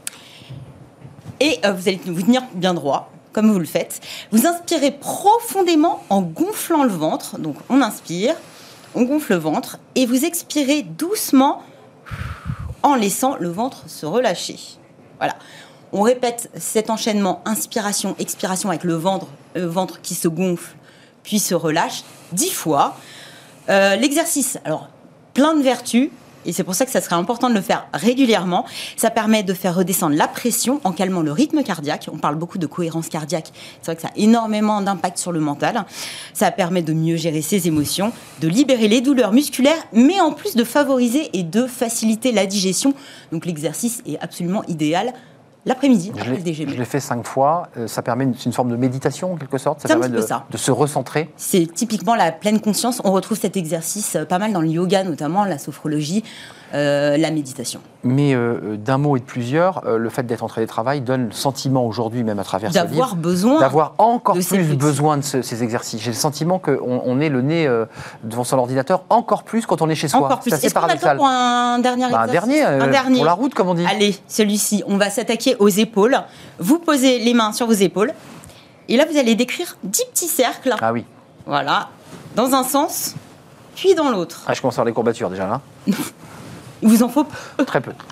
Speaker 4: Et vous allez vous tenir bien droit, comme vous le faites. Vous inspirez profondément en gonflant le ventre. Donc on inspire, on gonfle le ventre. Et vous expirez doucement en laissant le ventre se relâcher. Voilà. On répète cet enchaînement inspiration-expiration avec le ventre qui se gonfle puis se relâche 10 fois. L'exercice, alors, plein de vertus, et c'est pour ça que ça serait important de le faire régulièrement. Ça permet de faire redescendre la pression en calmant le rythme cardiaque. On parle beaucoup de cohérence cardiaque. C'est vrai que ça a énormément d'impact sur le mental. Ça permet de mieux gérer ses émotions, de libérer les douleurs musculaires, mais en plus de favoriser et de faciliter la digestion. Donc l'exercice est absolument idéal l'après-midi.
Speaker 1: Je l'ai fait 5 fois. Ça permet une forme de méditation, en quelque sorte. Ça permet de se recentrer.
Speaker 4: C'est typiquement la pleine conscience. On retrouve cet exercice pas mal dans le yoga, notamment la sophrologie, la méditation.
Speaker 1: Mais d'un mot et de plusieurs, le fait d'être en télétravail donne le sentiment aujourd'hui, même à travers ce livre, d'avoir encore plus besoin de ces exercices. J'ai le sentiment qu'on est le nez devant son ordinateur encore plus quand on est chez soi.
Speaker 4: Encore plus.
Speaker 1: C'est assez paradoxal.
Speaker 4: Est-ce qu'on a le temps pour un dernier exercice
Speaker 1: un dernier, pour la route, comme on dit.
Speaker 4: Allez, celui-ci, on va s'attaquer aux épaules. Vous posez les mains sur vos épaules. Et là, vous allez décrire 10 petits cercles.
Speaker 1: Ah oui.
Speaker 4: Voilà. Dans un sens, puis dans l'autre.
Speaker 1: Ah, je commence à avoir les courbatures déjà, là.
Speaker 4: Il vous en faut
Speaker 1: Très peu.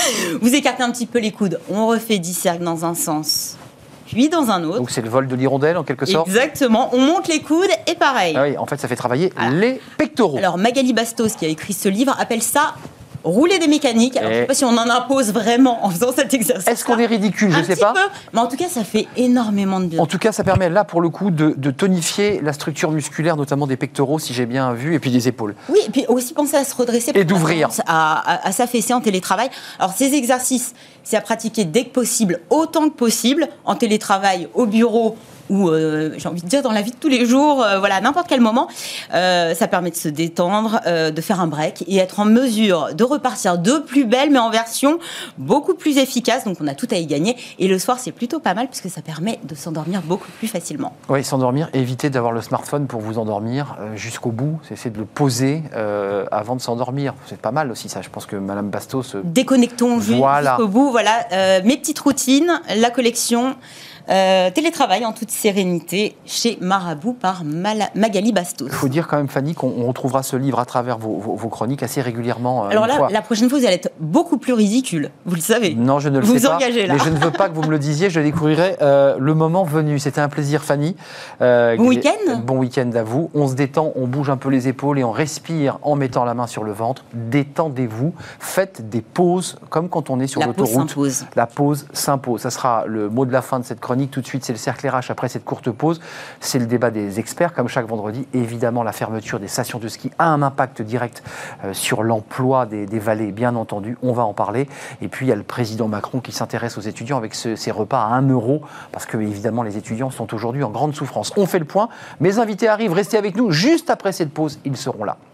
Speaker 4: Vous écartez un petit peu les coudes. On refait 10 cercles dans un sens, puis dans un autre.
Speaker 1: Donc c'est le vol de l'hirondelle en quelque sorte.
Speaker 4: Exactement. On monte les coudes et pareil.
Speaker 1: Ah oui, en fait, ça fait travailler les pectoraux.
Speaker 4: Alors Magali Bastos, qui a écrit ce livre, appelle ça rouler des mécaniques. Alors, je ne sais pas si on en impose vraiment en faisant cet exercice.
Speaker 1: Est-ce qu'on est ridicule? Je ne sais pas.
Speaker 4: Peu, mais en tout cas, ça fait énormément de bien.
Speaker 1: En tout cas, ça permet là, pour le coup, de tonifier la structure musculaire, notamment des pectoraux, si j'ai bien vu, et puis des épaules.
Speaker 4: Oui, et puis aussi penser à se redresser.
Speaker 1: Et d'ouvrir.
Speaker 4: À s'affaisser en télétravail. Alors, ces exercices, c'est à pratiquer dès que possible, autant que possible, en télétravail, au bureau, ou j'ai envie de dire dans la vie de tous les jours, voilà, à n'importe quel moment. Ça permet de se détendre, de faire un break et être en mesure de repartir de plus belle, mais en version beaucoup plus efficace. Donc on a tout à y gagner. Et le soir, c'est plutôt pas mal parce que ça permet de s'endormir beaucoup plus facilement.
Speaker 1: Oui, s'endormir, évitez d'avoir le smartphone pour vous endormir jusqu'au bout. C'est de le poser avant de s'endormir. C'est pas mal aussi ça. Je pense que Madame Bastos...
Speaker 4: Déconnectons jusqu'au bout. Voilà, mes petites routines, la collection... télétravail en toute sérénité chez Marabout par Magali Bastos.
Speaker 1: Il faut dire quand même, Fanny, qu'on retrouvera ce livre à travers vos chroniques assez régulièrement.
Speaker 4: Alors là, la prochaine fois, vous allez être beaucoup plus ridicule, vous le savez.
Speaker 1: Non, je ne le sais pas.
Speaker 4: Vous engagez là.
Speaker 1: Mais je ne veux pas que vous me le disiez, je le découvrirai le moment venu. C'était un plaisir, Fanny.
Speaker 4: Bon week-end.
Speaker 1: Bon week-end à vous. On se détend, on bouge un peu les épaules et on respire en mettant la main sur le ventre. Détendez-vous, faites des pauses comme quand on est sur l'autoroute. La pause s'impose. Ça sera le mot de la fin de cette chronique. Tout de suite, c'est le cercle RH après cette courte pause. C'est le débat des experts, comme chaque vendredi. Évidemment, la fermeture des stations de ski a un impact direct sur l'emploi des vallées, bien entendu. On va en parler. Et puis, il y a le président Macron qui s'intéresse aux étudiants avec ces repas à 1 €, parce que, évidemment, les étudiants sont aujourd'hui en grande souffrance. On fait le point. Mes invités arrivent. Restez avec nous. Juste après cette pause, ils seront là.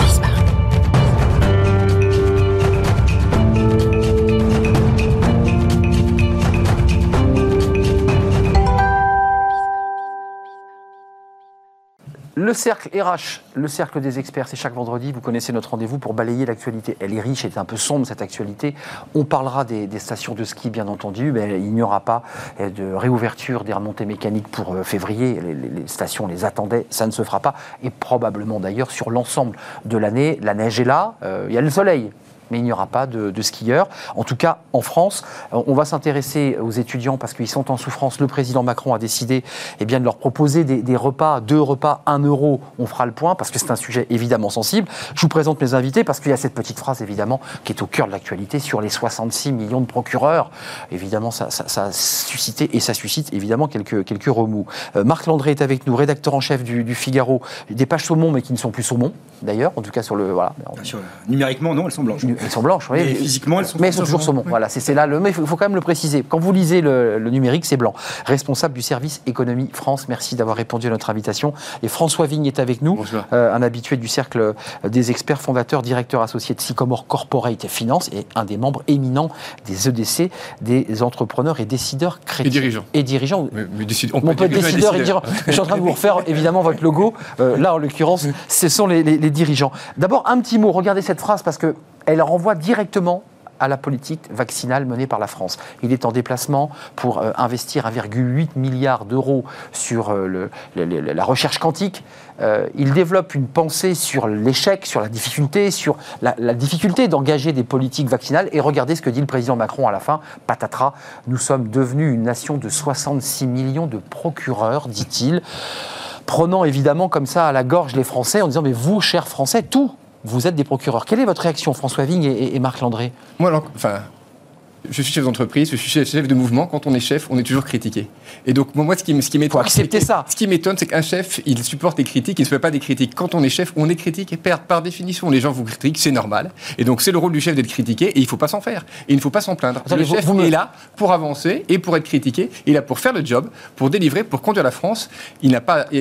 Speaker 1: Le cercle RH, le cercle des experts, c'est chaque vendredi. Vous connaissez notre rendez-vous pour balayer l'actualité. Elle est riche, elle est un peu sombre cette actualité. On parlera des stations de ski, bien entendu. Mais il n'y aura pas de réouverture des remontées mécaniques pour février. Les stations les attendaient, ça ne se fera pas. Et probablement d'ailleurs sur l'ensemble de l'année. La neige est là, il y a le soleil. Mais il n'y aura pas de skieurs. En tout cas, en France, on va s'intéresser aux étudiants parce qu'ils sont en souffrance. Le président Macron a décidé de leur proposer des repas, 2 repas, 1 €. On fera le point parce que c'est un sujet évidemment sensible. Je vous présente mes invités parce qu'il y a cette petite phrase, évidemment, qui est au cœur de l'actualité sur les 66 millions de procureurs. Évidemment, ça a suscité, et ça suscite évidemment quelques remous. Marc Landré est avec nous, rédacteur en chef du Figaro. Des pages saumon, mais qui ne sont plus saumon, d'ailleurs. En tout cas, sur le... Voilà.
Speaker 5: Bien sûr, numériquement, non, elles sont blanches.
Speaker 1: Elles sont blanches, oui.
Speaker 5: Mais physiquement, elles sont
Speaker 1: toujours saumon. Oui. Voilà, c'est là. Mais il faut quand même le préciser. Quand vous lisez le numérique, c'est blanc. Responsable du service Économie France, merci d'avoir répondu à notre invitation. Et François Vigne est avec nous, un habitué du cercle des experts, fondateur, directeur associé de Sycomore Corporate Finance et un des membres éminents des EDC, des entrepreneurs et décideurs chrétiens. Et dirigeants. On peut être décideur et dirigeant. Je suis en train de vous refaire évidemment votre logo. Là, en l'occurrence, ce sont les dirigeants. D'abord, un petit mot. Regardez cette phrase parce que elle renvoie directement à la politique vaccinale menée par la France. Il est en déplacement pour investir 1,8 milliard d'euros sur la recherche quantique. Il développe une pensée sur l'échec, sur la difficulté d'engager des politiques vaccinales. Et regardez ce que dit le président Macron à la fin. Patatras, nous sommes devenus une nation de 66 millions de procureurs, dit-il, prenant évidemment comme ça à la gorge les Français en disant « Mais vous, chers Français, vous êtes des procureurs ». Quelle est votre réaction, François Vigne et Marc Landré ?
Speaker 6: Moi, je suis chef d'entreprise, je suis chef de mouvement. Quand on est chef, on est toujours critiqué. Et donc, moi, ce qui m'étonne,
Speaker 1: faut accepter ça.
Speaker 6: Ce qui m'étonne, c'est qu'un chef, il supporte les critiques, il ne se fait pas des critiques. Quand on est chef, on est critiqué par définition. Les gens vous critiquent, c'est normal. Et donc, c'est le rôle du chef d'être critiqué et il ne faut pas s'en faire. Et il ne faut pas s'en plaindre. Le chef est là pour avancer et pour être critiqué. Il est là pour faire le job, pour délivrer, pour conduire la France. Il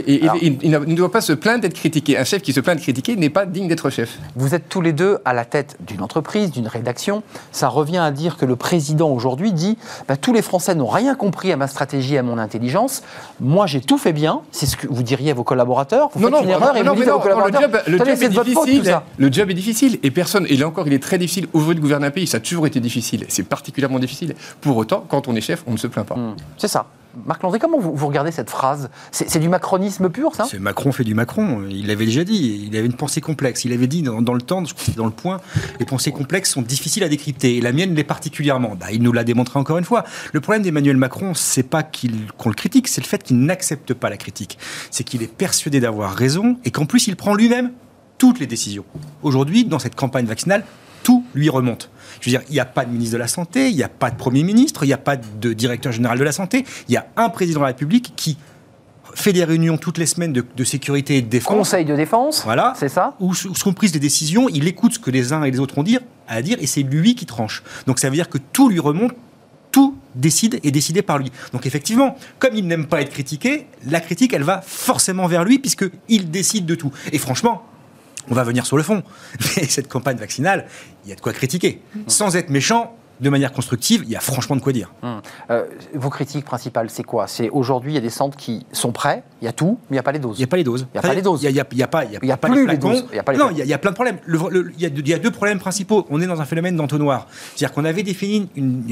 Speaker 6: ne doit pas se plaindre d'être critiqué. Un chef qui se plaint de critiquer n'est pas digne d'être chef.
Speaker 1: Vous êtes tous les deux à la tête d'une entreprise, d'une rédaction. Ça revient à dire que le président aujourd'hui dit tous les Français n'ont rien compris à ma stratégie, à mon intelligence. Moi, j'ai tout fait bien. C'est ce que vous diriez à vos collaborateurs. Vous faites une erreur et vous dites à vos collaborateurs.
Speaker 6: Le job est difficile. Le job est difficile et personne. Et là encore, il est très difficile. Aujourd'hui, de gouverner un pays, ça a toujours été difficile. C'est particulièrement difficile. Pour autant, quand on est chef, on ne se plaint pas.
Speaker 1: C'est ça. Marc Landry, comment vous regardez cette phrase ? C'est du macronisme pur, ça ?
Speaker 5: C'est Macron fait du Macron. Il l'avait déjà dit. Il avait une pensée complexe. Il avait dit dans le temps, je crois que c'est dans Le Point, les pensées complexes sont difficiles à décrypter. Et la mienne l'est particulièrement. Il nous l'a démontré encore une fois. Le problème d'Emmanuel Macron, c'est pas qu'on le critique, c'est le fait qu'il n'accepte pas la critique. C'est qu'il est persuadé d'avoir raison et qu'en plus, il prend lui-même toutes les décisions. Aujourd'hui, dans cette campagne vaccinale, tout lui remonte. Je veux dire, il n'y a pas de ministre de la Santé, il n'y a pas de Premier ministre, il n'y a pas de directeur général de la Santé, il y a un président de la République qui fait des réunions toutes les semaines de sécurité et de défense.
Speaker 1: Conseil de défense,
Speaker 5: voilà,
Speaker 1: c'est ça ?
Speaker 5: Où sont prises des décisions, il écoute ce que les uns et les autres ont à dire, et c'est lui qui tranche. Donc ça veut dire que tout lui remonte, tout est décidé par lui. Donc effectivement, comme il n'aime pas être critiqué, la critique, elle va forcément vers lui, puisqu'il décide de tout. Et franchement, on va venir sur le fond. Mais cette campagne vaccinale, il y a de quoi critiquer. Sans être méchant, de manière constructive, il y a franchement de quoi dire.
Speaker 1: Vos critiques principales, c'est quoi ? C'est aujourd'hui, il y a des centres qui sont prêts, il y a tout, mais il n'y a pas les doses.
Speaker 5: Il n'y a pas les doses.
Speaker 1: Il n'y a pas les doses.
Speaker 5: Il n'y a pas
Speaker 1: plus
Speaker 5: les flacons.
Speaker 1: Non,
Speaker 5: il y a plein de problèmes. Il y a deux problèmes principaux. On est dans un phénomène d'entonnoir. C'est-à-dire qu'on avait défini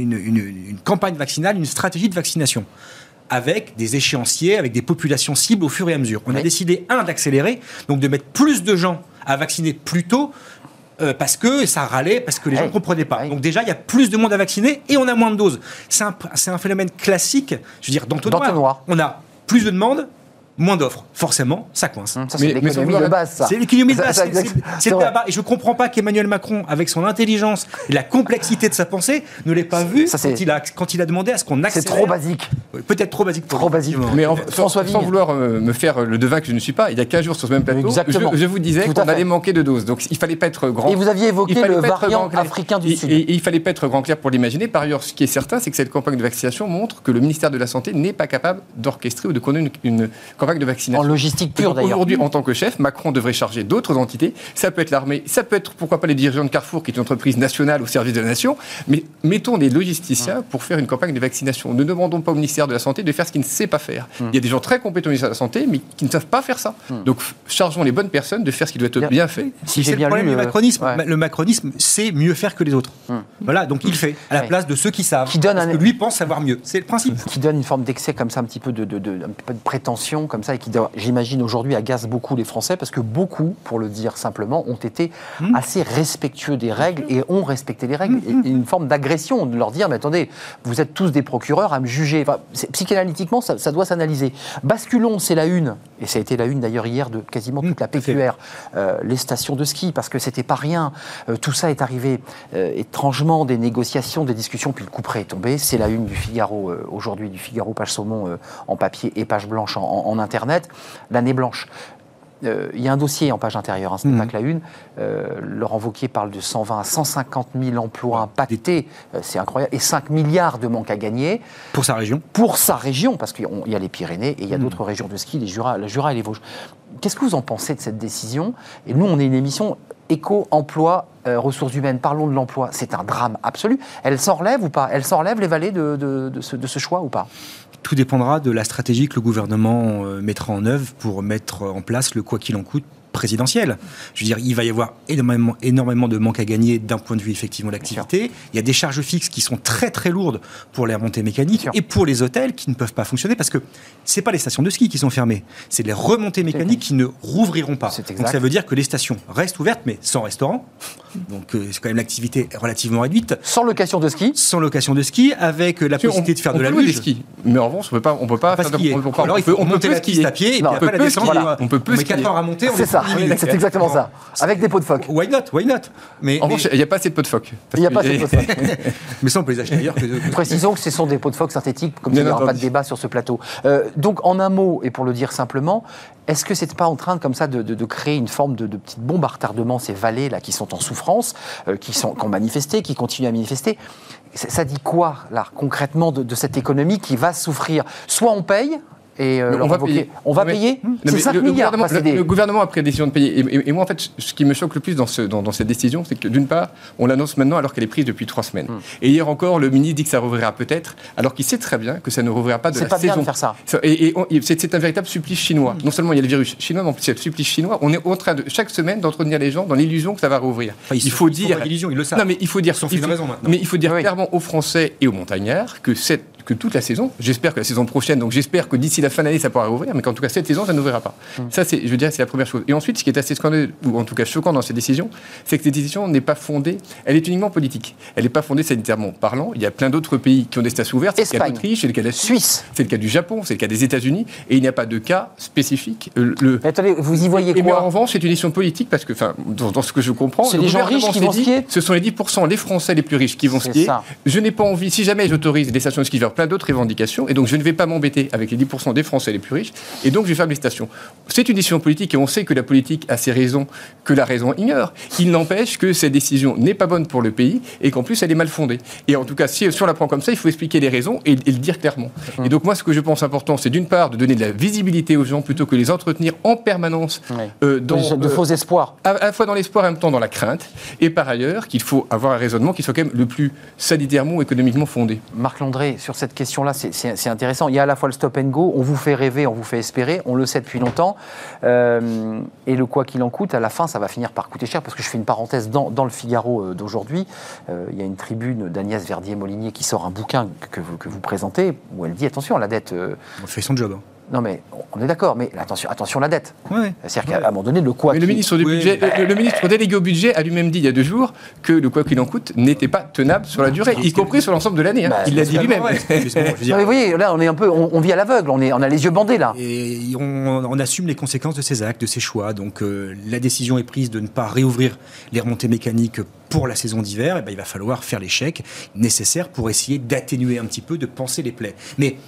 Speaker 5: une campagne vaccinale, une stratégie de vaccination, avec des échéanciers, avec des populations cibles au fur et à mesure. On a décidé, d'accélérer, donc de mettre plus de gens à vacciner plus tôt, parce que ça râlait, parce que les gens ne comprenaient pas. Donc déjà, il y a plus de monde à vacciner et on a moins de doses. C'est un phénomène classique, je veux dire, d'entonnoir. On a plus de demandes, moins d'offres. Forcément, ça coince.
Speaker 1: Ça, c'est l'économie de base, ça.
Speaker 5: C'est l'économie de base. C'est le tabac. Et je ne comprends pas qu'Emmanuel Macron, avec son intelligence et la complexité de sa pensée, ne l'ait pas vu quand il a demandé à ce qu'on accélère.
Speaker 1: C'est trop basique.
Speaker 5: Peut-être trop basique.
Speaker 1: Trop basique.
Speaker 6: Mais sans vouloir me faire le devin que je ne suis pas, il y a 15 jours sur ce même plateau, je vous disais qu'on allait manquer de doses. Donc il ne fallait pas être grand.
Speaker 1: Et vous aviez évoqué le variant africain du Sud.
Speaker 6: Et il ne fallait pas être grand clair pour l'imaginer. Par ailleurs, ce qui est certain, c'est que cette campagne de vaccination montre que le ministère de la Santé n'est pas capable d'orchestrer ou de conduire une campagne de vaccination.
Speaker 1: Pure, d'ailleurs.
Speaker 6: Aujourd'hui, en tant que chef, Macron devrait charger d'autres entités. Ça peut être l'armée, ça peut être, pourquoi pas, les dirigeants de Carrefour, qui est une entreprise nationale au service de la nation. Mais mettons des logisticiens pour faire une campagne de vaccination. Ne demandons pas au ministère de la Santé de faire ce qu'il ne sait pas faire. Il y a des gens très compétents au ministère de la Santé, mais qui ne savent pas faire ça. Donc, chargeons les bonnes personnes de faire ce qui doit être bien fait.
Speaker 5: Si c'est le problème du macronisme. Le macronisme, c'est mieux faire que les autres. Voilà, donc il fait, à la place de ceux qui savent. Parce que lui pense savoir mieux. C'est le principe.
Speaker 1: Qui donne une forme d'excès, comme ça, un petit peu de prétention, comme ça, et qui j'imagine aujourd'hui agace beaucoup les Français, parce que beaucoup, pour le dire simplement, ont été assez respectueux des règles et ont respecté les règles. Et une forme d'agression, de leur dire, mais attendez, vous êtes tous des procureurs à me juger. Enfin, psychanalytiquement, ça doit s'analyser. Basculons, c'est la une, et ça a été la une d'ailleurs hier de quasiment toute la PQR, les stations de ski, parce que c'était pas rien. Tout ça est arrivé étrangement, des négociations, des discussions, puis le couperet est tombé. C'est la une du Figaro aujourd'hui, du Figaro page saumon en papier et page blanche en Internet. L'année blanche. Il y a un dossier en page intérieure, ce n'est pas que la une. Laurent Wauquiez parle de 120 à 150 000 emplois impactés, c'est incroyable, et 5 milliards de manque à gagner.
Speaker 5: Pour sa région.
Speaker 1: Pour sa région, parce qu'il y a les Pyrénées et il y a d'autres régions de ski, le Jura et les Vosges. Qu'est-ce que vous en pensez de cette décision ? Et nous, on est une émission éco, emploi, ressources humaines, parlons de l'emploi. C'est un drame absolu. Elle s'en relève ou pas ? Elle s'en relève, les vallées, de ce choix ou pas ?
Speaker 5: Tout dépendra de la stratégie que le gouvernement mettra en œuvre pour mettre en place le quoi qu'il en coûte présidentielle. Je veux dire, il va y avoir énormément de manque à gagner d'un point de vue effectivement de l'activité. Il y a des charges fixes qui sont très très lourdes pour les remontées mécaniques et pour les hôtels qui ne peuvent pas fonctionner parce que c'est pas les stations de ski qui sont fermées, c'est les remontées mécaniques qui ne rouvriront pas. Donc ça veut dire que les stations restent ouvertes mais sans restaurant. Donc c'est quand même l'activité relativement réduite.
Speaker 1: Sans location de ski.
Speaker 5: Sans location de ski, avec la possibilité de faire de la luge.
Speaker 6: Ski. Mais en revanche, on peut pas faire de...
Speaker 5: Alors il faut monter la piste à pied et puis après la descendre.
Speaker 6: On peut
Speaker 5: plus skier. 4 heures à monter.
Speaker 1: C'est ça. C'est exactement ça. Avec des pots de phoque.
Speaker 5: Why not ?
Speaker 6: Mais en revanche, il n'y a pas assez de pots de phoque.
Speaker 1: Il n'y a pas assez de pots de phoque.
Speaker 5: Mais ça, on peut les acheter ailleurs.
Speaker 1: Précisons que ce sont des pots de phoque synthétiques, comme il n'y aura pas de débat sur ce plateau. Donc, en un mot, et pour le dire simplement, est-ce que c'est pas en train comme ça de créer une forme de petite bombe à retardement, ces vallées là qui sont en souffrance, qui ont manifesté, qui continuent à manifester? Ça dit quoi là concrètement de cette économie qui va souffrir? Soit on paye. Et
Speaker 6: on va payer.
Speaker 1: C'est 5 milliards.
Speaker 6: Le gouvernement a pris la décision de payer. Et moi, en fait, ce qui me choque le plus dans cette décision, c'est que d'une part, on l'annonce maintenant alors qu'elle est prise depuis 3 semaines. Et hier encore, le ministre dit que ça rouvrira peut-être, alors qu'il sait très bien que ça ne rouvrira pas de la saison. C'est pas bien de faire ça. Et c'est un véritable supplice chinois. Non seulement il y a le virus chinois, mais en plus il y a le supplice chinois. On est en train de, chaque semaine, d'entretenir les gens dans l'illusion que ça va rouvrir.
Speaker 5: Il faut dire... Ils le savent.
Speaker 6: Non, mais il faut dire...
Speaker 5: Ils ont fait une raison maintenant.
Speaker 6: Mais il faut dire clairement aux Français et aux montagnards que que toute la saison. J'espère que la saison prochaine, donc j'espère que d'ici la fin d'année, ça pourra rouvrir, mais qu'en tout cas, cette saison, ça n'ouvrira pas. Ça, c'est la première chose. Et ensuite, ce qui est assez scandaleux, ou en tout cas choquant dans ces décisions, c'est que cette décision n'est pas fondée, elle est uniquement politique. Elle n'est pas fondée sanitairement parlant. Il y a plein d'autres pays qui ont des stations ouvertes. C'est le cas d'Autriche, c'est le cas de la Suisse, c'est le cas du Japon, c'est le cas des États-Unis, et il n'y a pas de cas spécifique.
Speaker 1: Mais attendez, vous y voyez quoi?
Speaker 6: Mais en revanche, c'est une décision politique parce que, dans ce que je comprends,
Speaker 1: c'est les gens riches qui vont skier.
Speaker 6: Ce sont les 10%, les Français les plus riches qui vont skier. Je n'ai pas envie, si jamais j'autorise des stations de ski vers plein d'autres revendications, et donc je ne vais pas m'embêter avec les 10% des Français les plus riches, et donc je vais faire des stations. C'est une décision politique, et on sait que la politique a ses raisons que la raison ignore. Il n'empêche que cette décision n'est pas bonne pour le pays, et qu'en plus elle est mal fondée. Et en tout cas, si on la prend comme ça, il faut expliquer les raisons et le dire clairement. Et donc moi, ce que je pense important, c'est d'une part de donner de la visibilité aux gens plutôt que les entretenir en permanence
Speaker 1: dans de faux espoirs.
Speaker 6: À la fois dans l'espoir et en même temps dans la crainte. Et par ailleurs, qu'il faut avoir un raisonnement qui soit quand même le plus sanitairement ou économiquement fondé.
Speaker 1: Marc Landré, sur cette question-là, c'est intéressant. Il y a à la fois le stop and go, on vous fait rêver, on vous fait espérer, on le sait depuis longtemps. Et le quoi qu'il en coûte, à la fin, ça va finir par coûter cher, parce que je fais une parenthèse dans le Figaro d'aujourd'hui. Il y a une tribune d'Agnès Verdier-Molinier qui sort un bouquin que vous présentez, où elle dit, attention, la dette...
Speaker 5: On fait son job. Hein.
Speaker 1: Non mais on est d'accord, mais attention la dette.
Speaker 5: Ouais.
Speaker 1: C'est-à-dire qu'à un moment donné, le quoi
Speaker 6: mais le ministre du budget, le ministre délégué au budget a lui-même dit il y a 2 jours que le quoi qu'il en coûte n'était pas tenable sur la durée, y compris sur l'ensemble de l'année. Hein. Il l'a dit lui-même.
Speaker 1: Vous voyez, là on est un peu, on vit à l'aveugle, on a les yeux bandés là.
Speaker 5: Et on assume les conséquences de ses actes, de ses choix. Donc la décision est prise de ne pas réouvrir les remontées mécaniques pour la saison d'hiver. Et ben, il va falloir faire les chèques nécessaires pour essayer d'atténuer un petit peu, de panser les plaies. Mais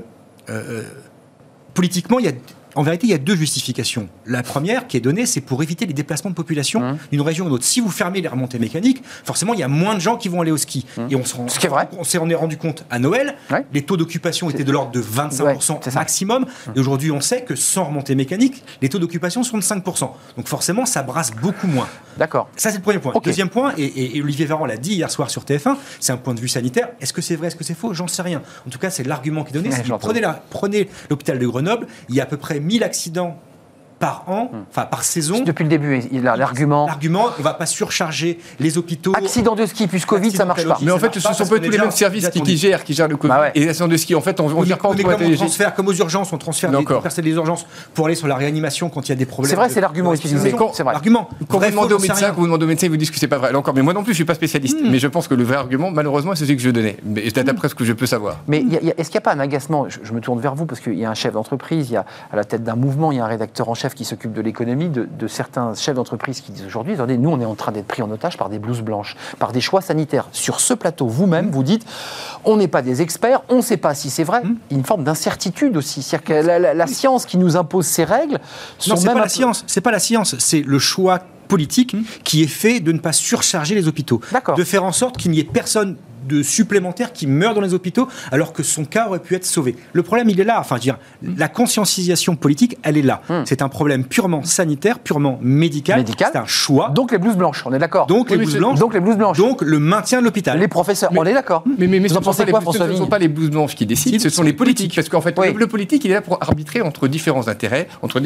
Speaker 5: politiquement, en vérité, il y a 2 justifications. La première, qui est donnée, c'est pour éviter les déplacements de population d'une région à une autre. Si vous fermez les remontées mécaniques, forcément, il y a moins de gens qui vont aller au ski. Et on s'en est rendu compte à Noël. Les taux d'occupation étaient de l'ordre de 25% maximum. Et aujourd'hui, on sait que sans remontée mécanique, les taux d'occupation sont de 5%. Donc forcément, ça brasse beaucoup moins.
Speaker 1: D'accord.
Speaker 5: Ça, c'est le premier point. Deuxième point, et Olivier Véran l'a dit hier soir sur TF1, c'est un point de vue sanitaire. Est-ce que c'est vrai, est-ce que c'est faux? J'en sais rien. En tout cas, c'est l'argument qui est donné. Prenez l'hôpital de Grenoble, il y a à peu près 1000 accidents par an, enfin par saison.
Speaker 1: Depuis le début, l'argument,
Speaker 5: on ne va pas surcharger les hôpitaux.
Speaker 1: Accident de ski plus Covid, ça marche pas.
Speaker 6: Mais en fait, ce sont pas tous les mêmes services qui gèrent le Covid. Et l'accident de ski, en fait, on gère quand on
Speaker 5: transfère, comme aux urgences, on transfère des personnes des urgences pour aller sur la réanimation quand il y a des problèmes.
Speaker 1: C'est vrai, c'est l'argument utilisé. C'est vrai.
Speaker 6: Quand vous demandez aux médecins, ils vous disent que c'est pas vrai. Là encore, mais moi non plus, je suis pas spécialiste. Mais je pense que le vrai argument, malheureusement, c'est celui que je donnais. Mais d'après ce que je peux savoir.
Speaker 1: Mais est-ce qu'il n'y a pas un agacement? Je me tourne vers vous parce qu'il y a un chef d'entreprise, il y a à la tête d'un mouvement, il y a un rédacteur en chef qui s'occupe de l'économie. De certains chefs d'entreprise qui disent aujourd'hui, attendez, nous on est en train d'être pris en otage par des blouses blanches, par des choix sanitaires. Sur ce plateau, vous-même, vous dites, on n'est pas des experts, on ne sait pas si c'est vrai. Il y a une forme d'incertitude aussi. C'est-à-dire que la science qui nous impose ces règles...
Speaker 5: Non, c'est pas la science, c'est le choix politique qui est fait de ne pas surcharger les hôpitaux. De faire en sorte qu'il n'y ait personne de supplémentaires qui meurent dans les hôpitaux alors que son cas aurait pu être sauvé. Le problème, il est là. Enfin, je veux dire, la conscientisation politique, elle est là. C'est un problème purement sanitaire, purement médical. C'est un choix.
Speaker 1: Donc les blouses blanches, on est d'accord.
Speaker 5: Donc les blouses blanches. Donc le maintien de l'hôpital.
Speaker 1: Les professeurs, on est d'accord.
Speaker 6: Mais vous en pensez quoi, François Vigne ? Ce ne sont pas les blouses blanches qui décident, ce sont les politiques. Parce qu'en fait, le politique, il est là pour arbitrer entre différents intérêts.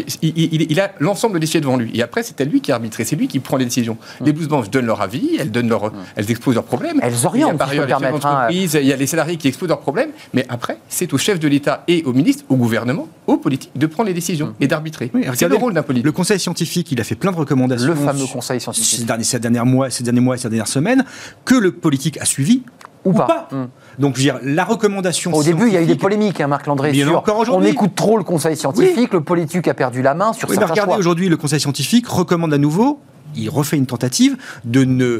Speaker 6: Il a l'ensemble des dossiers devant lui. Et après, c'est à lui qui arbitre. C'est lui qui prend les décisions. Les blouses blanches donnent leur avis, elles exposent leurs problèmes.
Speaker 1: Elles orientent.
Speaker 6: Il y a les salariés qui exposent leurs problèmes, mais après, c'est au chef de l'État et au ministre, au gouvernement, aux politiques, de prendre les décisions et d'arbitrer. C'est le rôle d'un politique.
Speaker 5: Le Conseil scientifique, il a fait plein de recommandations.
Speaker 1: Le fameux Conseil scientifique.
Speaker 5: Ces derniers mois, ces dernières semaines, que le politique a suivi ou pas. Donc, je veux dire, la recommandation
Speaker 1: au début, il y a eu des polémiques, Marc Landré, sur on écoute trop le Conseil scientifique, le politique a perdu la main sur certains choix.
Speaker 5: Regardez, aujourd'hui, le Conseil scientifique recommande à nouveau, il refait une tentative de ne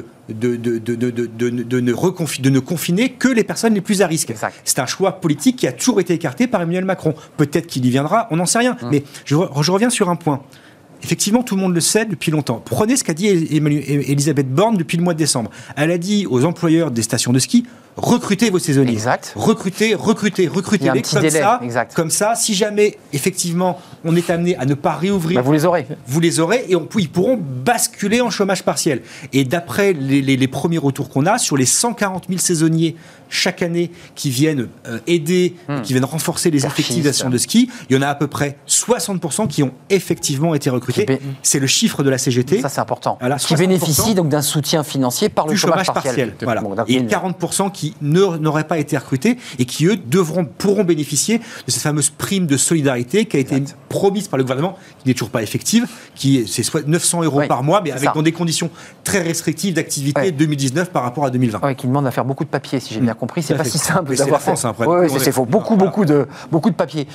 Speaker 5: confiner que les personnes les plus à risque. C'est un choix politique qui a toujours été écarté par Emmanuel Macron. Peut-être qu'il y viendra, on n'en sait rien. Mais je reviens sur un point. Effectivement, tout le monde le sait depuis longtemps. Prenez ce qu'a dit Elisabeth Borne depuis le mois de décembre. Elle a dit aux employeurs des stations de ski, recrutez vos saisonniers. Recrutez-les comme ça. Si jamais, effectivement, on est amené à ne pas réouvrir,
Speaker 1: vous les aurez.
Speaker 5: Vous les aurez et ils pourront basculer en chômage partiel. Et d'après les premiers retours qu'on a, sur les 140 000 saisonniers chaque année qui viennent aider, qui viennent renforcer les effectifs des stations de ski, il y en a à peu près 60% qui ont effectivement été recrutés. C'est le chiffre de la CGT.
Speaker 1: Ça, c'est important.
Speaker 5: Voilà,
Speaker 1: qui bénéficient donc d'un soutien financier par le chômage partiel.
Speaker 5: Voilà. Et 40% qui n'auraient pas été recrutés et qui, eux, pourront bénéficier de cette fameuse prime de solidarité qui a été promise par le gouvernement, qui n'est toujours pas effective, c'est soit 900 € par mois, mais dans des conditions très restrictives d'activité 2019 par rapport à 2020.
Speaker 1: Oui, qui demande à faire beaucoup de papier, si j'ai bien compris. C'est pas si simple d'avoir
Speaker 5: fait. C'est la France,
Speaker 1: Oui, c'est faux. Beaucoup de papier.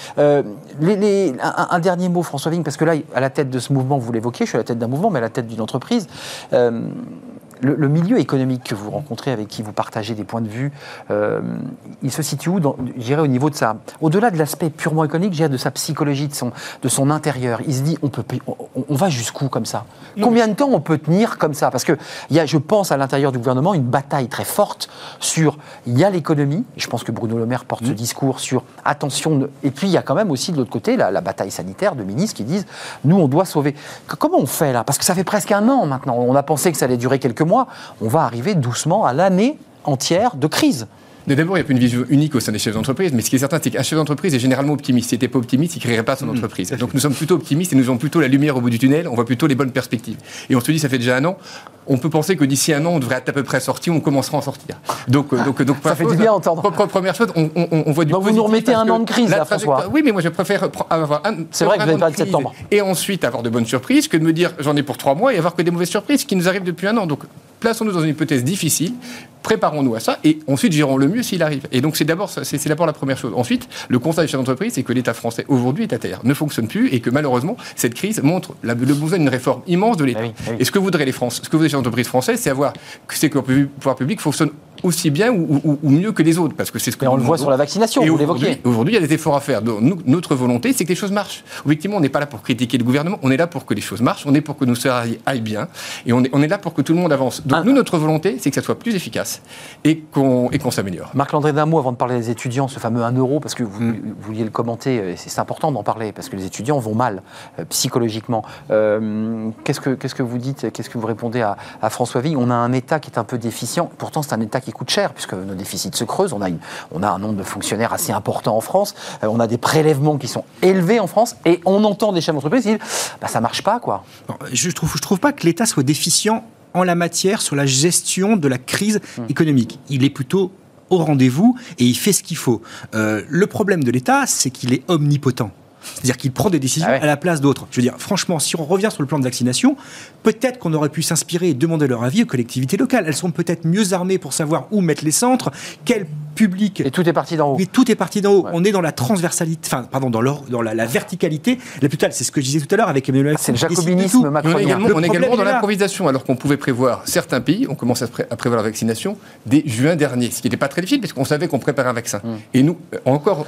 Speaker 1: Un dernier mot, François Vigne, parce que là, à la tête de ce mouvement, vous l'évoquez, je suis à la tête d'un mouvement, mais à la tête d'une entreprise. Le milieu économique que vous rencontrez, avec qui vous partagez des points de vue, il se situe où, je dirais, au niveau de sa... Au-delà de l'aspect purement économique, je dirais, de sa psychologie, de son intérieur. Il se dit, on va jusqu'où comme ça ? Combien de temps on peut tenir comme ça ? Parce qu'il y a, je pense, à l'intérieur du gouvernement, une bataille très forte sur... Il y a l'économie, et je pense que Bruno Le Maire porte ce discours sur attention... Et puis, il y a quand même aussi, de l'autre côté, la bataille sanitaire de ministres qui disent, nous, on doit sauver. Comment on fait, là ? Parce que ça fait presque 1 an, maintenant. On a pensé que ça allait durer quelques mois. On va arriver doucement à l'année entière de crise.
Speaker 6: Mais d'abord, il n'y a pas une vision unique au sein des chefs d'entreprise, mais ce qui est certain, c'est qu'un chef d'entreprise est généralement optimiste. S'il n'était pas optimiste, il ne créerait pas son entreprise. Donc nous sommes plutôt optimistes et nous avons plutôt la lumière au bout du tunnel, on voit plutôt les bonnes perspectives. Et on se dit, ça fait déjà 1 an, on peut penser que d'ici 1 an, on devrait être à peu près sorti, on commencera à en sortir. Donc
Speaker 1: ça fait du bien à entendre.
Speaker 6: Première chose, on voit du
Speaker 1: donc vous nous remettez 1 an de crise, là, François.
Speaker 6: Oui, mais moi je préfère avoir
Speaker 1: c'est vrai que vous avez parlé de septembre.
Speaker 6: Et ensuite avoir de bonnes surprises que de me dire j'en ai pour 3 mois et avoir que des mauvaises surprises qui nous arrivent depuis 1 an. Donc plaçons-nous dans une hypothèse difficile, préparons-nous à ça et ensuite gérons le mieux s'il arrive. Et donc c'est d'abord la première chose. Ensuite, le constat des chefs d'entreprise, c'est que l'État français aujourd'hui est à terre, ne fonctionne plus et que malheureusement cette crise montre le besoin d'une réforme immense de l'État. Et ce que voudraient les chefs d'entreprise français, c'est que le pouvoir public fonctionne aussi bien ou mieux que les autres, parce que c'est ce que
Speaker 1: on le voit sur la vaccination, vous l'évoquiez.
Speaker 6: Aujourd'hui, il y a des efforts à faire. Donc, notre volonté, c'est que les choses marchent. Objectivement, on n'est pas là pour critiquer le gouvernement, on est là pour que les choses marchent, on est pour que nos salariés aillent bien, et on est là pour que tout le monde avance. Donc notre volonté, c'est que ça soit plus efficace et qu'on s'améliore.
Speaker 1: Marc-Landré, d'un mot avant de parler des étudiants, ce fameux 1 €, parce que vous vouliez le commenter, c'est important d'en parler, parce que les étudiants vont mal psychologiquement. Qu'est-ce que vous dites, qu'est-ce que vous répondez à François Vigne ? On a un État qui est un peu déficient, pourtant c'est un État qui coûte cher, puisque nos déficits se creusent, on a un nombre de fonctionnaires assez important en France, on a des prélèvements qui sont élevés en France, et on entend des chefs d'entreprise qui disent ça marche pas, quoi.
Speaker 5: Non, je trouve pas que l'État soit déficient en la matière sur la gestion de la crise économique. Il est plutôt au rendez-vous et il fait ce qu'il faut. Le problème de l'État, c'est qu'il est omnipotent. C'est-à-dire qu'il prend des décisions à la place d'autres. Je veux dire, franchement, si on revient sur le plan de vaccination, peut-être qu'on aurait pu s'inspirer et demander leur avis aux collectivités locales. Elles sont peut-être mieux armées pour savoir où mettre les centres, quel public...
Speaker 1: Et tout est parti d'en haut.
Speaker 5: Et tout est parti d'en haut. Ouais. On est dans la transversalité, dans la verticalité la plus totale. C'est ce que je disais tout à l'heure avec Emmanuel Macron.
Speaker 1: C'est le jacobinisme macronien.
Speaker 6: On est également dans l'improvisation, alors qu'on pouvait prévoir certains pays, on commence à prévoir la vaccination dès juin dernier, ce qui n'était pas très difficile, parce qu'on savait qu'on préparait un vaccin. Et nous, encore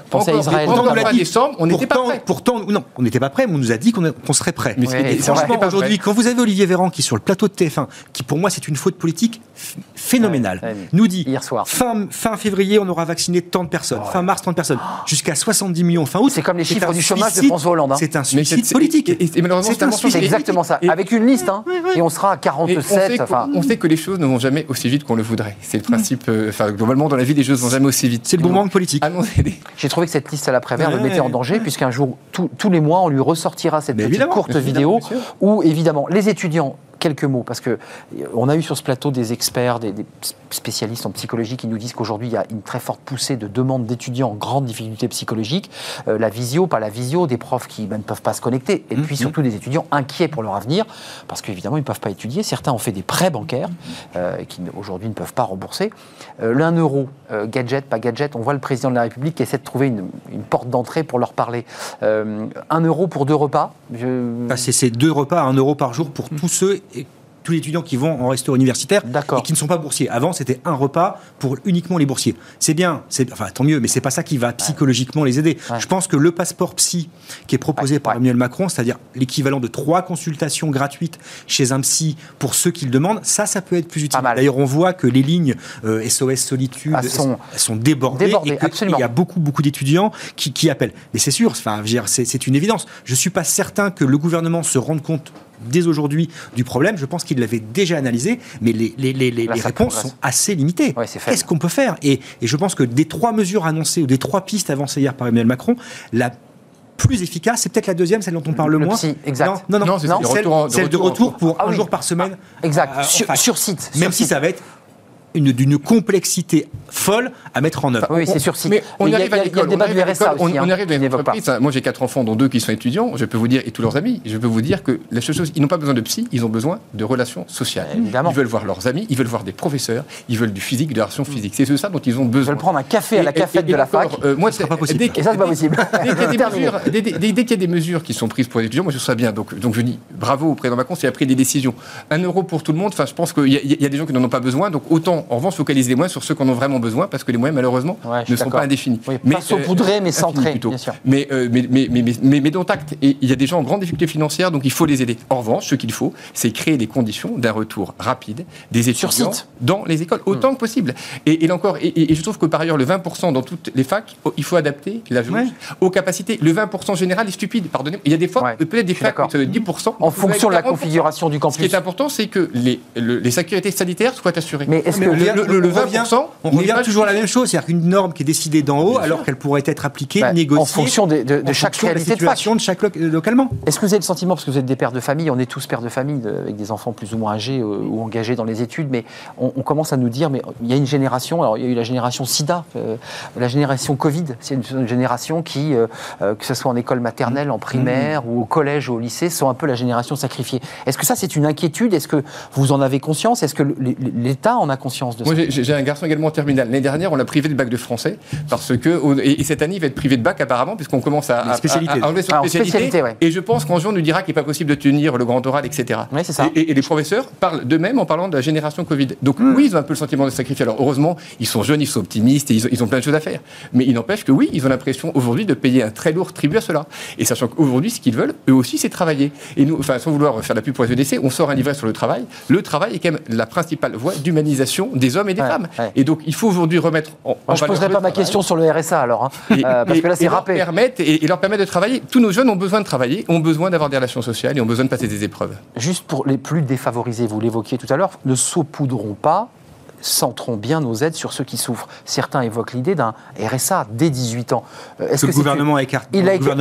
Speaker 6: à décembre, on n'était pas prêts.
Speaker 5: Pourtant, non, on n'était pas prêts, mais on nous a dit qu'on serait prêts.
Speaker 1: Mais
Speaker 5: franchement, aujourd'hui, quand vous avez Olivier Véran qui, sur le plateau de TF1, qui pour moi c'est une faute politique phénoménale, nous dit
Speaker 1: hier soir.
Speaker 5: Fin février, on aura vacciné tant de personnes, fin mars, tant de personnes, jusqu'à 70 millions fin août.
Speaker 1: C'est comme les chiffres du chômage de François Hollande.
Speaker 5: C'est un suicide politique.
Speaker 6: Et malheureusement,
Speaker 1: c'est exactement ça. Avec une liste, et on sera à 47.
Speaker 6: On sait que les choses ne vont jamais aussi vite qu'on le voudrait. C'est le principe. Globalement, dans la vie, les choses ne vont jamais aussi vite.
Speaker 5: C'est le boomerang politique.
Speaker 1: J'ai trouvé que cette liste à l'après-vert le mettait en danger, puisqu'un jour, tous les mois, on lui ressortira cette petite courte vidéo où, évidemment, les étudiants, quelques mots, parce qu'on a eu sur ce plateau des experts, des spécialistes en psychologie qui nous disent qu'aujourd'hui, il y a une très forte poussée de demandes d'étudiants en grande difficulté psychologique. La visio, pas la visio, des profs qui ne peuvent pas se connecter, et puis surtout des étudiants inquiets pour leur avenir, parce qu'évidemment, ils ne peuvent pas étudier. Certains ont fait des prêts bancaires qui, aujourd'hui, ne peuvent pas rembourser. Le 1 €, gadget, pas gadget, on voit le président de la République qui essaie de trouver une porte d'entrée pour leur parler. 1 € pour 2 repas.
Speaker 5: C'est 2 repas, 1 € par jour pour tous ceux... tous les étudiants qui vont en resto universitaire et qui ne sont pas boursiers. Avant, c'était un repas pour uniquement les boursiers. C'est bien, tant mieux, mais c'est pas ça qui va psychologiquement les aider. Je pense que le passeport psy qui est proposé par Emmanuel Macron, c'est-à-dire l'équivalent de 3 consultations gratuites chez un psy pour ceux qui le demandent, ça peut être plus utile. D'ailleurs, on voit que les lignes SOS Solitude sont débordées et qu'il y a beaucoup d'étudiants qui appellent. Mais c'est sûr, c'est une évidence. Je suis pas certain que le gouvernement se rende compte dès aujourd'hui du problème. Je pense qu'il l'avait déjà analysé, mais les réponses sont assez limitées. Qu'est-ce qu'on peut faire ? Et je pense que des 3 mesures annoncées ou des 3 pistes avancées hier par Emmanuel Macron, la plus efficace. C'est peut-être la deuxième, celle dont on parle le moins.
Speaker 1: Psy, exact.
Speaker 5: Non,
Speaker 6: c'est
Speaker 5: celle de retour pour un jour par semaine.
Speaker 1: Exact. Sur site.
Speaker 5: Même si ça va être d'une complexité folle à mettre en œuvre.
Speaker 1: Oui, c'est sur site.
Speaker 6: Mais on y arrive à l'école.
Speaker 1: Il y a le débat du RSA aussi.
Speaker 6: On arrive dans les entreprises. Moi, j'ai 4 enfants, dont 2 qui sont étudiants. Je peux vous dire, et tous leurs amis, je peux vous dire que la seule chose, ils n'ont pas besoin de psy, ils ont besoin de relations sociales.
Speaker 1: Évidemment.
Speaker 6: Ils veulent voir leurs amis, ils veulent voir des professeurs, ils veulent du physique, de la relation physique. C'est ça dont ils ont besoin.
Speaker 1: Ils veulent prendre un café à la cafette de la fac.
Speaker 6: Moi,
Speaker 5: c'est pas possible.
Speaker 1: Et ça, c'est pas possible.
Speaker 6: Dès qu'il y a des mesures qui sont prises pour les étudiants, moi, je trouve ça bien. Donc je dis bravo au président Macron, il a pris des décisions. 1 euro pour tout le monde. Enfin, je pense qu'il y a des gens qui n'en ont pas besoin. Donc autant, en revanche, focaliser les moyens sur ceux qui en ont vraiment besoin, parce que les moyens, malheureusement, ne sont pas indéfinis.
Speaker 1: Oui, pas saupoudrés, mais centrés, bien sûr.
Speaker 6: Mais dont acte. Et il y a des gens en grande difficulté financière, donc il faut les aider. En revanche, ce qu'il faut, c'est créer les conditions d'un retour rapide des étudiants dans les écoles, autant que possible. Et là encore, et je trouve que par ailleurs, le 20% dans toutes les facs, il faut adapter la jauge aux capacités. Le 20% général est stupide, pardonnez-moi. Il y a des fois, peut-être des facs, 10%.
Speaker 1: En fonction de la configuration du campus.
Speaker 6: Ce qui est important, c'est que les sécurités sanitaires soient assurées.
Speaker 1: Mais est-ce que
Speaker 6: le 20%,
Speaker 5: on revient toujours à la même chose, c'est-à-dire qu'une norme qui est décidée d'en haut, alors qu'elle pourrait être appliquée, négociée
Speaker 1: en fonction de chaque réalité de fac.
Speaker 5: de chaque localement.
Speaker 1: Est-ce que vous avez le sentiment, parce que vous êtes des pères de famille, on est tous pères de famille avec des enfants plus ou moins âgés ou engagés dans les études, mais on commence à nous dire, mais il y a une génération, alors il y a eu la génération SIDA, la génération Covid, c'est une génération qui, que ce soit en école maternelle, en primaire ou au collège ou au lycée, sont un peu la génération sacrifiée. Est-ce que ça c'est une inquiétude? Est-ce que vous en avez conscience? Est-ce que l'État en a conscience de ça?
Speaker 6: Moi j'ai un garçon également en terminale. L'année dernière, on l'a privé de bac de français parce que et cette année, il va être privé de bac apparemment puisqu'on commence à enlever son spécialité. Et je pense qu'en juin, on nous dira qu'il n'est pas possible de tenir le grand oral, etc.
Speaker 1: Oui, c'est ça.
Speaker 6: Et les professeurs parlent d'eux-mêmes en parlant de la génération Covid. Donc oui, ils ont un peu le sentiment de sacrifier. Alors heureusement, ils sont jeunes, ils sont optimistes et ils ont plein de choses à faire. Mais il n'empêche que oui, ils ont l'impression aujourd'hui de payer un très lourd tribut à cela. Et sachant qu'aujourd'hui, ce qu'ils veulent, eux aussi, c'est travailler. Et nous, enfin, sans vouloir faire la pub pour les EDC, on sort un livret sur le travail. Le travail est quand même la principale voie d'humanisation des hommes et des femmes. Ouais. Et donc, il faut aujourd'hui remettre en valeur.
Speaker 1: Je ne poserai pas ma question sur le RSA alors, parce que là, c'est râpé.
Speaker 6: Et leur permettre de travailler. Tous nos jeunes ont besoin de travailler, ont besoin d'avoir des relations sociales et ont besoin de passer des épreuves.
Speaker 1: Juste pour les plus défavorisés, vous l'évoquiez tout à l'heure, ne saupoudrons pas, centrons bien nos aides sur ceux qui souffrent. Certains évoquent l'idée d'un RSA dès 18 ans.
Speaker 5: Est-ce que le gouvernement a écarté,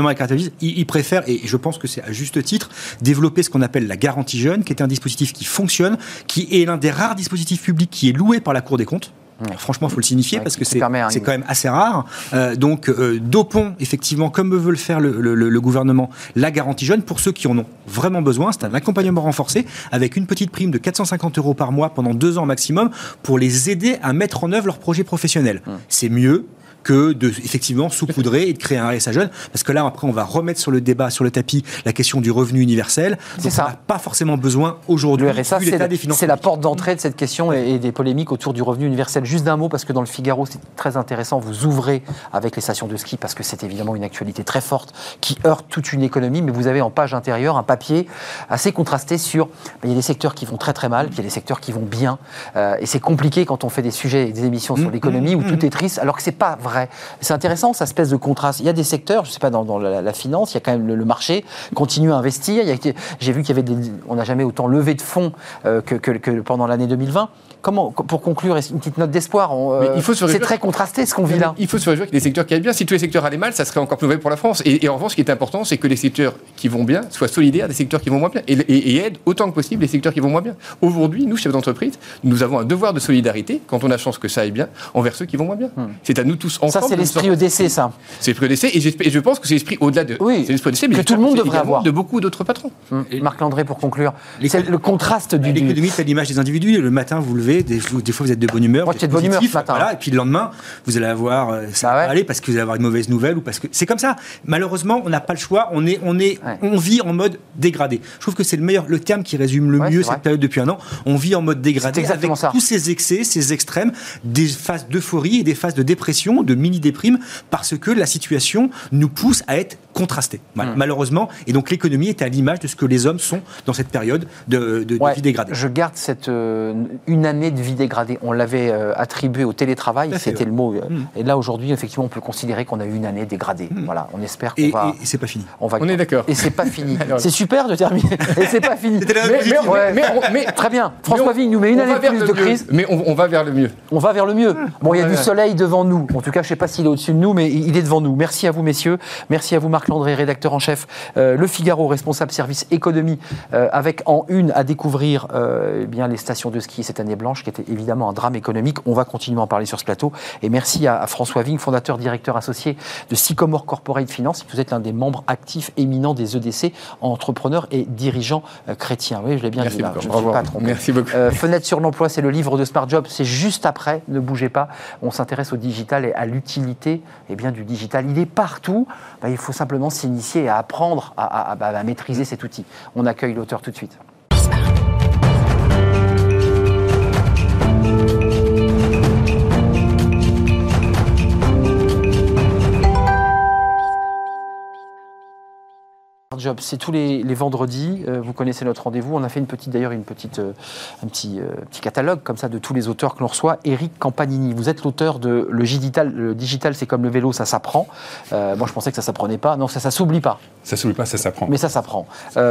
Speaker 5: il préfère, et je pense que c'est à juste titre, développer ce qu'on appelle la garantie jeune, qui est un dispositif qui fonctionne, qui est l'un des rares dispositifs publics qui est loué par la Cour des comptes. Franchement, il faut le signifier parce que c'est quand même assez rare. Donc, dopons, effectivement, comme veut le faire le gouvernement, la garantie jeune pour ceux qui en ont vraiment besoin. C'est un accompagnement renforcé avec une petite prime de 450 € par mois pendant 2 ans maximum pour les aider à mettre en œuvre leur projet professionnel. C'est mieux que de effectivement saupoudrer et de créer un RSA jeune, parce que là après on va remettre sur le débat, sur le tapis, la question du revenu universel. Donc on n'a pas forcément besoin aujourd'hui.
Speaker 1: Le RSA, c'est la porte d'entrée de cette question et des polémiques autour du revenu universel. Juste d'un mot, parce que dans le Figaro, c'est très intéressant, vous ouvrez avec les stations de ski, parce que c'est évidemment une actualité très forte qui heurte toute une économie, mais vous avez en page intérieure un papier assez contrasté sur, il y a des secteurs qui vont très très mal, puis il y a des secteurs qui vont bien, et c'est compliqué quand on fait des sujets et des émissions sur l'économie où tout est triste, alors que c'est pas vrai. C'est intéressant, cette espèce de contraste. Il y a des secteurs, je ne sais pas, dans la finance, il y a quand même le marché continue à investir. J'ai vu qu'il y avait on n'a jamais autant levé de fonds que pendant l'année 2020. Comment, pour conclure, une petite note d'espoir, c'est très contrasté ce qu'on vit là.
Speaker 6: Il faut se réjouir qu'il y ait des secteurs qui aillent bien. Si tous les secteurs allaient mal, ça serait encore plus mauvais pour la France. Et en revanche, ce qui est important, c'est que les secteurs qui vont bien soient solidaires des secteurs qui vont moins bien et aident autant que possible les secteurs qui vont moins bien. Aujourd'hui, nous, chefs d'entreprise, nous avons un devoir de solidarité, quand on a chance que ça aille bien, envers ceux qui vont moins bien. C'est à nous tous ensemble.
Speaker 1: Ça, c'est l'esprit EDC, ça.
Speaker 6: C'est l'esprit EDC, et je pense que c'est l'esprit au-delà de.
Speaker 1: Oui,
Speaker 6: c'est l'esprit EDC, mais
Speaker 1: que tout le monde devrait avoir.
Speaker 6: De beaucoup d'autres patrons.
Speaker 1: Marc Landré, pour conclure. C'est le contraste du.
Speaker 5: L'économie, c'est l'image des individus. Le matin, vous levez, des fois, vous êtes de bonne humeur.
Speaker 1: Moi, j'étais de bonne humeur ce matin.
Speaker 5: Voilà, et puis le lendemain, vous allez avoir ça va aller parce que vous allez avoir une mauvaise nouvelle ou parce que c'est comme ça. Malheureusement, on n'a pas le choix. On vit en mode dégradé. Je trouve que c'est le terme qui résume le mieux cette période depuis un an. On vit en mode dégradé avec tous ces excès, ces extrêmes, des phases d'euphorie et des phases de dépression, de mini-déprime, parce que la situation nous pousse à être contrastés, malheureusement. Et donc l'économie est à l'image de ce que les hommes sont dans cette période de vie dégradée.
Speaker 1: Je garde une année de vie dégradée. On l'avait attribué au télétravail, c'était le mot. Et là, aujourd'hui, effectivement, on peut considérer qu'on a eu une année dégradée. Voilà, on espère qu'on va...
Speaker 5: Et c'est pas fini.
Speaker 6: On est d'accord.
Speaker 1: Et c'est pas fini. C'est super de terminer. Et c'est pas fini. Mais très bien. François Vigne nous met une année de plus de crise.
Speaker 6: Mais on va vers le mieux.
Speaker 1: On va vers le mieux. Bon, il y a du soleil devant nous. En tout cas, je ne sais pas s'il est au-dessus de nous, mais il est devant nous. Merci à vous, messieurs. Merci à vous, Marc. Marc Landré, rédacteur en chef, Le Figaro, responsable service économie, avec en une à découvrir bien les stations de ski cette année blanche, qui était évidemment un drame économique. On va continuer à en parler sur ce plateau. Et merci à François Vigne, fondateur, directeur associé de Sycomore Corporate Finance. Vous êtes l'un des membres actifs éminents des EDC, entrepreneurs et dirigeants chrétiens. Oui, je l'ai bien dit là, je ne me suis pas trompé.
Speaker 6: Merci beaucoup.
Speaker 1: Fenêtre sur l'emploi, c'est le livre de Smart Job. C'est juste après, ne bougez pas. On s'intéresse au digital et à l'utilité du digital. Il est partout. Il faut simplement s'initier et apprendre à maîtriser cet outil. On accueille l'auteur tout de suite. Job, c'est tous les vendredis. Vous connaissez notre rendez-vous. On a fait un petit catalogue comme ça de tous les auteurs que l'on reçoit. Éric Campanini, vous êtes l'auteur de Le digital, c'est comme le vélo, ça s'apprend. Moi, je pensais que ça s'apprenait pas. Non, ça s'oublie pas.
Speaker 7: Ça s'oublie pas, ça s'apprend.
Speaker 1: Mais ça s'apprend.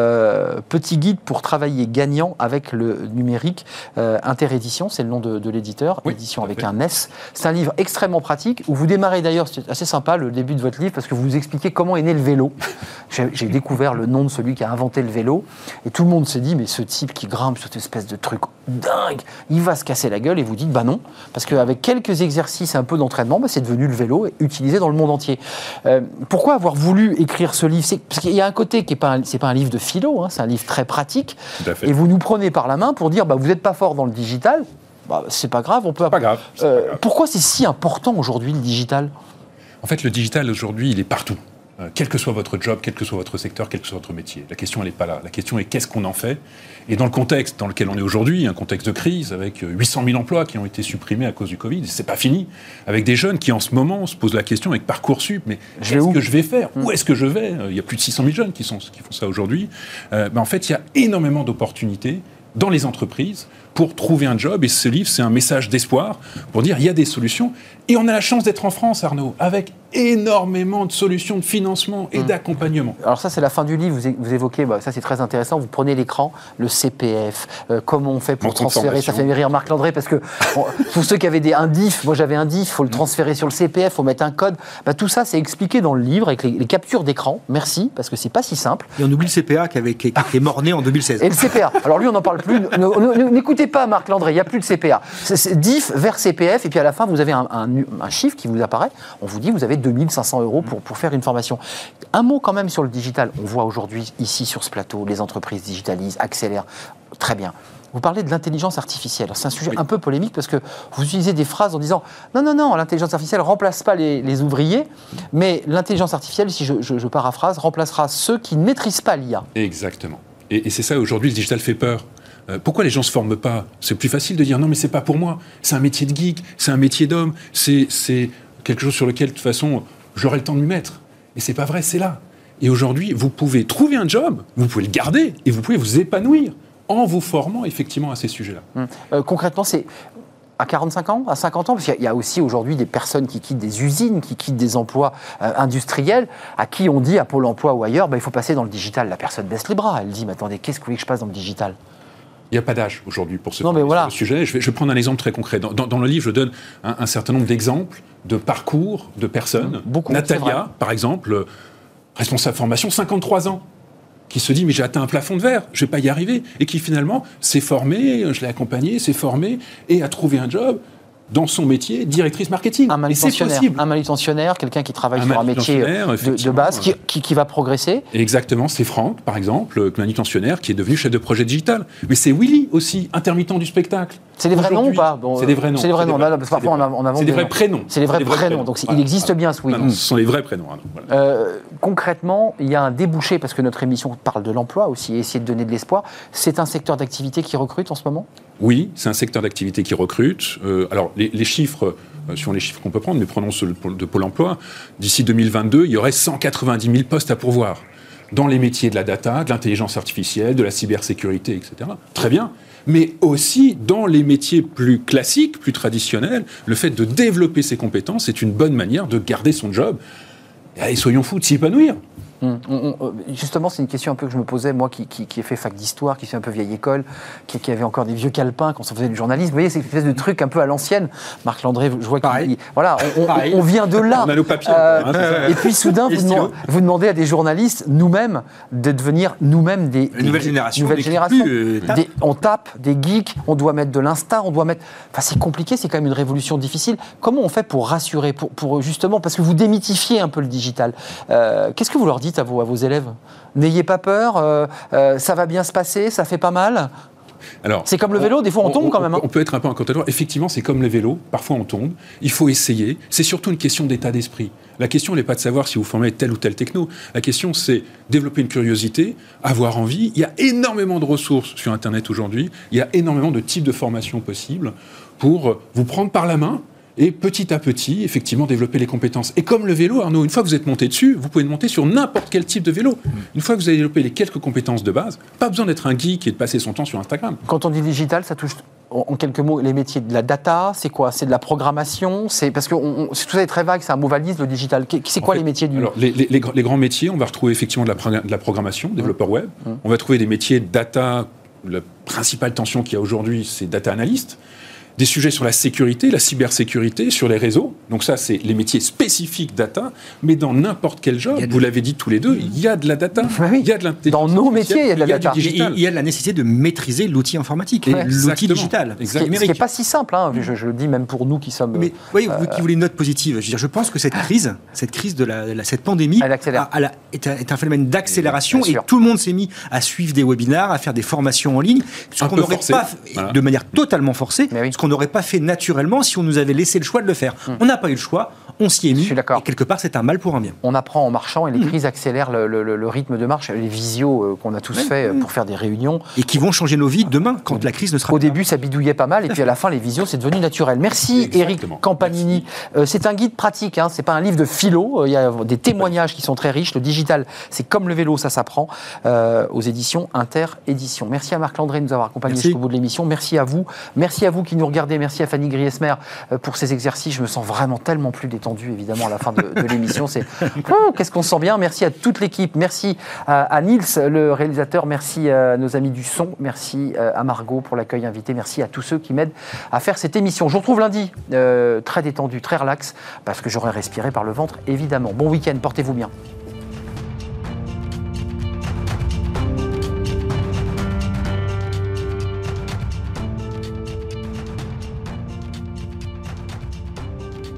Speaker 1: Petit guide pour travailler gagnant avec le numérique. Interédition, c'est le nom de l'éditeur.
Speaker 7: Oui,
Speaker 1: édition avec un S. C'est un livre extrêmement pratique où vous démarrez d'ailleurs, c'est assez sympa le début de votre livre parce que vous expliquez comment est né le vélo. J'ai découvert le nom de celui qui a inventé le vélo et tout le monde s'est dit mais ce type qui grimpe cette espèce de truc dingue, il va se casser la gueule, et vous dites bah non, parce qu'avec quelques exercices et un peu d'entraînement, c'est devenu le vélo utilisé dans le monde entier. Pourquoi avoir voulu écrire ce livre? Parce qu'il y a un côté qui c'est pas un livre de philo, c'est un livre très pratique, et vous nous prenez par la main pour dire vous n'êtes pas fort dans le digital, c'est pas grave, on peut...
Speaker 7: Pas grave.
Speaker 1: Pourquoi c'est si important aujourd'hui le digital?
Speaker 7: En fait, le digital aujourd'hui, il est partout. Quel que soit votre job, quel que soit votre secteur, quel que soit votre métier. La question, elle n'est pas là. La question est qu'est-ce qu'on en fait? Et dans le contexte dans lequel on est aujourd'hui, un contexte de crise, avec 800 000 emplois qui ont été supprimés à cause du Covid, c'est pas fini. Avec des jeunes qui, en ce moment, se posent la question avec Parcoursup, mais qu'est-ce que je vais faire? Où est-ce que je vais? Il y a plus de 600 000 jeunes qui font ça aujourd'hui. En fait, il y a énormément d'opportunités dans les entreprises pour trouver un job. Et ce livre, c'est un message d'espoir pour dire il y a des solutions. Et on a la chance d'être en France, Arnaud, avec énormément de solutions de financement et d'accompagnement.
Speaker 1: Alors ça, c'est la fin du livre. Vous évoquez, ça c'est très intéressant, vous prenez l'écran, le CPF, comment on fait pour transférer. Ça fait rire Marc Landré, parce que pour ceux qui avaient un DIF, moi j'avais un DIF, il faut le transférer sur le CPF, il faut mettre un code. Tout ça, c'est expliqué dans le livre avec les captures d'écran. Merci, parce que c'est pas si simple.
Speaker 5: Et on oublie le CPA qui est mort-né en 2016.
Speaker 1: Et le CPA, alors lui on n'en parle plus. N'écoutez pas Marc Landré, il n'y a plus de CPA. C'est DIF vers CPF, et puis à la fin vous avez un chiffre qui vous apparaît, on vous dit vous avez 2500 € pour faire une formation. Un mot quand même sur le digital. On voit aujourd'hui, ici sur ce plateau, les entreprises digitalisent, accélèrent. Très bien. Vous parlez de l'intelligence artificielle. C'est un sujet un peu polémique parce que vous utilisez des phrases en disant non, l'intelligence artificielle ne remplace pas les ouvriers, mais l'intelligence artificielle, si je paraphrase, remplacera ceux qui ne maîtrisent pas l'IA.
Speaker 7: Exactement. Et c'est ça, aujourd'hui, le digital fait peur. Pourquoi les gens ne se forment pas? C'est plus facile de dire non, mais c'est pas pour moi. C'est un métier de geek, c'est un métier d'homme, c'est quelque chose sur lequel, de toute façon, j'aurai le temps de m'y mettre. Et c'est pas vrai, c'est là. Et aujourd'hui, vous pouvez trouver un job, vous pouvez le garder, et vous pouvez vous épanouir en vous formant effectivement à ces sujets-là.
Speaker 1: Concrètement, c'est à 45 ans, à 50 ans, parce qu'il y a aussi aujourd'hui des personnes qui quittent des usines, qui quittent des emplois industriels, à qui on dit à Pôle emploi ou ailleurs, il faut passer dans le digital. La personne baisse les bras, elle dit, mais attendez, qu'est-ce que vous voulez que je passe dans le digital?
Speaker 7: Il n'y a pas d'âge aujourd'hui pour ce sujet. Je vais prendre un exemple très concret. Dans le livre, je donne un certain nombre d'exemples de parcours de personnes.
Speaker 1: Beaucoup,
Speaker 7: Natalia, par exemple, responsable formation, 53 ans, qui se dit mais j'ai atteint un plafond de verre, je ne vais pas y arriver, et qui finalement s'est formée, je l'ai accompagnée, s'est formée et a trouvé un job dans son métier, directrice marketing.
Speaker 1: Un manutentionnaire, quelqu'un qui travaille sur un métier de base, qui va progresser.
Speaker 7: Exactement, c'est Franck, par exemple, manutentionnaire, qui est devenu chef de projet digital. Mais c'est Willy aussi, intermittent du spectacle.
Speaker 1: C'est des vrais noms ou pas?
Speaker 7: C'est des vrais noms.
Speaker 1: C'est des vrais noms. Parfois, on invente
Speaker 7: c'est des vrais prénoms.
Speaker 1: C'est des vrais prénoms. Donc, il existe bien ce Willy.
Speaker 7: Ce sont les vrais prénoms. Voilà.
Speaker 1: Concrètement, il y a un débouché, parce que notre émission parle de l'emploi aussi, et essayer de donner de l'espoir. C'est un secteur d'activité qui recrute en ce moment?
Speaker 7: Oui, c'est un secteur d'activité qui recrute. Alors, les chiffres, sur les chiffres qu'on peut prendre, mais prenons ceux de Pôle emploi, d'ici 2022, il y aurait 190 000 postes à pourvoir dans les métiers de la data, de l'intelligence artificielle, de la cybersécurité, etc. Très bien. Mais aussi dans les métiers plus classiques, plus traditionnels, le fait de développer ses compétences est une bonne manière de garder son job. Et soyons fous, de s'y épanouir.
Speaker 1: Justement, c'est une question un peu que je me posais, moi qui ai fait fac d'histoire, qui suis un peu vieille école, qui avait encore des vieux calepins quand on faisait du journalisme. Vous voyez, c'est une espèce de truc un peu à l'ancienne. Marc Landré, je vois qu'il... Voilà, on vient de là.
Speaker 7: On a nos papiers.
Speaker 1: Et puis soudain, vous demandez à des journalistes, nous-mêmes, de devenir nous-mêmes des
Speaker 5: nouvelle génération.
Speaker 1: On tape des geeks, on doit mettre de l'insta, on doit mettre... Enfin, c'est compliqué, c'est quand même une révolution difficile. Comment on fait pour rassurer, pour justement, parce que vous démythifiez un peu le digital. Qu'est-ce que vous leur dites à vos élèves? N'ayez pas peur, ça va bien se passer, ça fait pas mal. Alors, c'est comme le vélo, des fois on tombe quand même.
Speaker 7: On peut être un peu incantatoire. Effectivement, c'est comme le vélo, parfois on tombe. Il faut essayer. C'est surtout une question d'état d'esprit. La question n'est pas de savoir si vous formez telle ou telle techno. La question, c'est développer une curiosité, avoir envie. Il y a énormément de ressources sur Internet aujourd'hui. Il y a énormément de types de formations possibles pour vous prendre par la main et petit à petit, effectivement, développer les compétences. Et comme le vélo, Arnaud, une fois que vous êtes monté dessus, vous pouvez monter sur n'importe quel type de vélo. Une fois que vous avez développé les quelques compétences de base, pas besoin d'être un geek et de passer son temps sur Instagram.
Speaker 1: Quand on dit digital, ça touche en quelques mots les métiers de la data, c'est quoi? C'est de la programmation? C'est parce que tout ça est très vague, c'est un mot valise, le digital. C'est quoi les métiers du...
Speaker 7: Alors, les grands métiers, on va retrouver effectivement de la programmation, développeur web. On va trouver des métiers de data. La principale tension qu'il y a aujourd'hui, c'est data analyst. Des sujets sur la sécurité, la cybersécurité, sur les réseaux. Donc ça, c'est les métiers spécifiques data. Mais dans n'importe quel job, vous l'avez dit tous les deux, il y a de la data.
Speaker 1: Oui.
Speaker 7: Il y a de l'intelligence.
Speaker 1: Dans nos métiers, il y a de la data.
Speaker 5: Il y a la nécessité de maîtriser l'outil informatique, l'outil digital.
Speaker 1: Ce qui n'est pas si simple. Hein. Je le dis même pour nous qui sommes...
Speaker 5: Mais oui, vous qui voulez une note positive, je pense que cette crise de cette pandémie est un phénomène d'accélération et tout le monde s'est mis à suivre des webinars, à faire des formations en ligne, ce qu'on n'aurait pas de manière totalement forcée, ce qu'on n'aurait pas fait naturellement si on nous avait laissé le choix de le faire. On n'a pas eu le choix, on s'y est mis, et quelque part c'est un mal pour un bien.
Speaker 1: On apprend en marchant et les crises accélèrent le rythme de marche, les visios qu'on a tous fait pour faire des réunions.
Speaker 5: Et qui vont changer nos vies demain quand la crise ne sera pas.
Speaker 1: Au début ça bidouillait pas mal et puis à la fin les visios c'est devenu naturel. Merci Éric Campanini. C'est un guide pratique, hein, c'est pas un livre de philo, il y a des témoignages qui sont très riches. Le digital c'est comme le vélo, ça s'apprend, aux éditions Inter-Éditions. Merci à Marc Landré de nous avoir accompagnés jusqu'au bout de l'émission. Merci à vous qui nous regardez. Merci à Fanny Griesmer pour ces exercices. Je me sens vraiment tellement plus détendu, évidemment, à la fin de l'émission. Qu'est-ce qu'on se sent bien. Merci à toute l'équipe. Merci à Nils, le réalisateur. Merci à nos amis du son. Merci à Margot pour l'accueil invité. Merci à tous ceux qui m'aident à faire cette émission. Je vous retrouve lundi, très détendu, très relax, parce que j'aurai respiré par le ventre, évidemment. Bon week-end, portez-vous bien.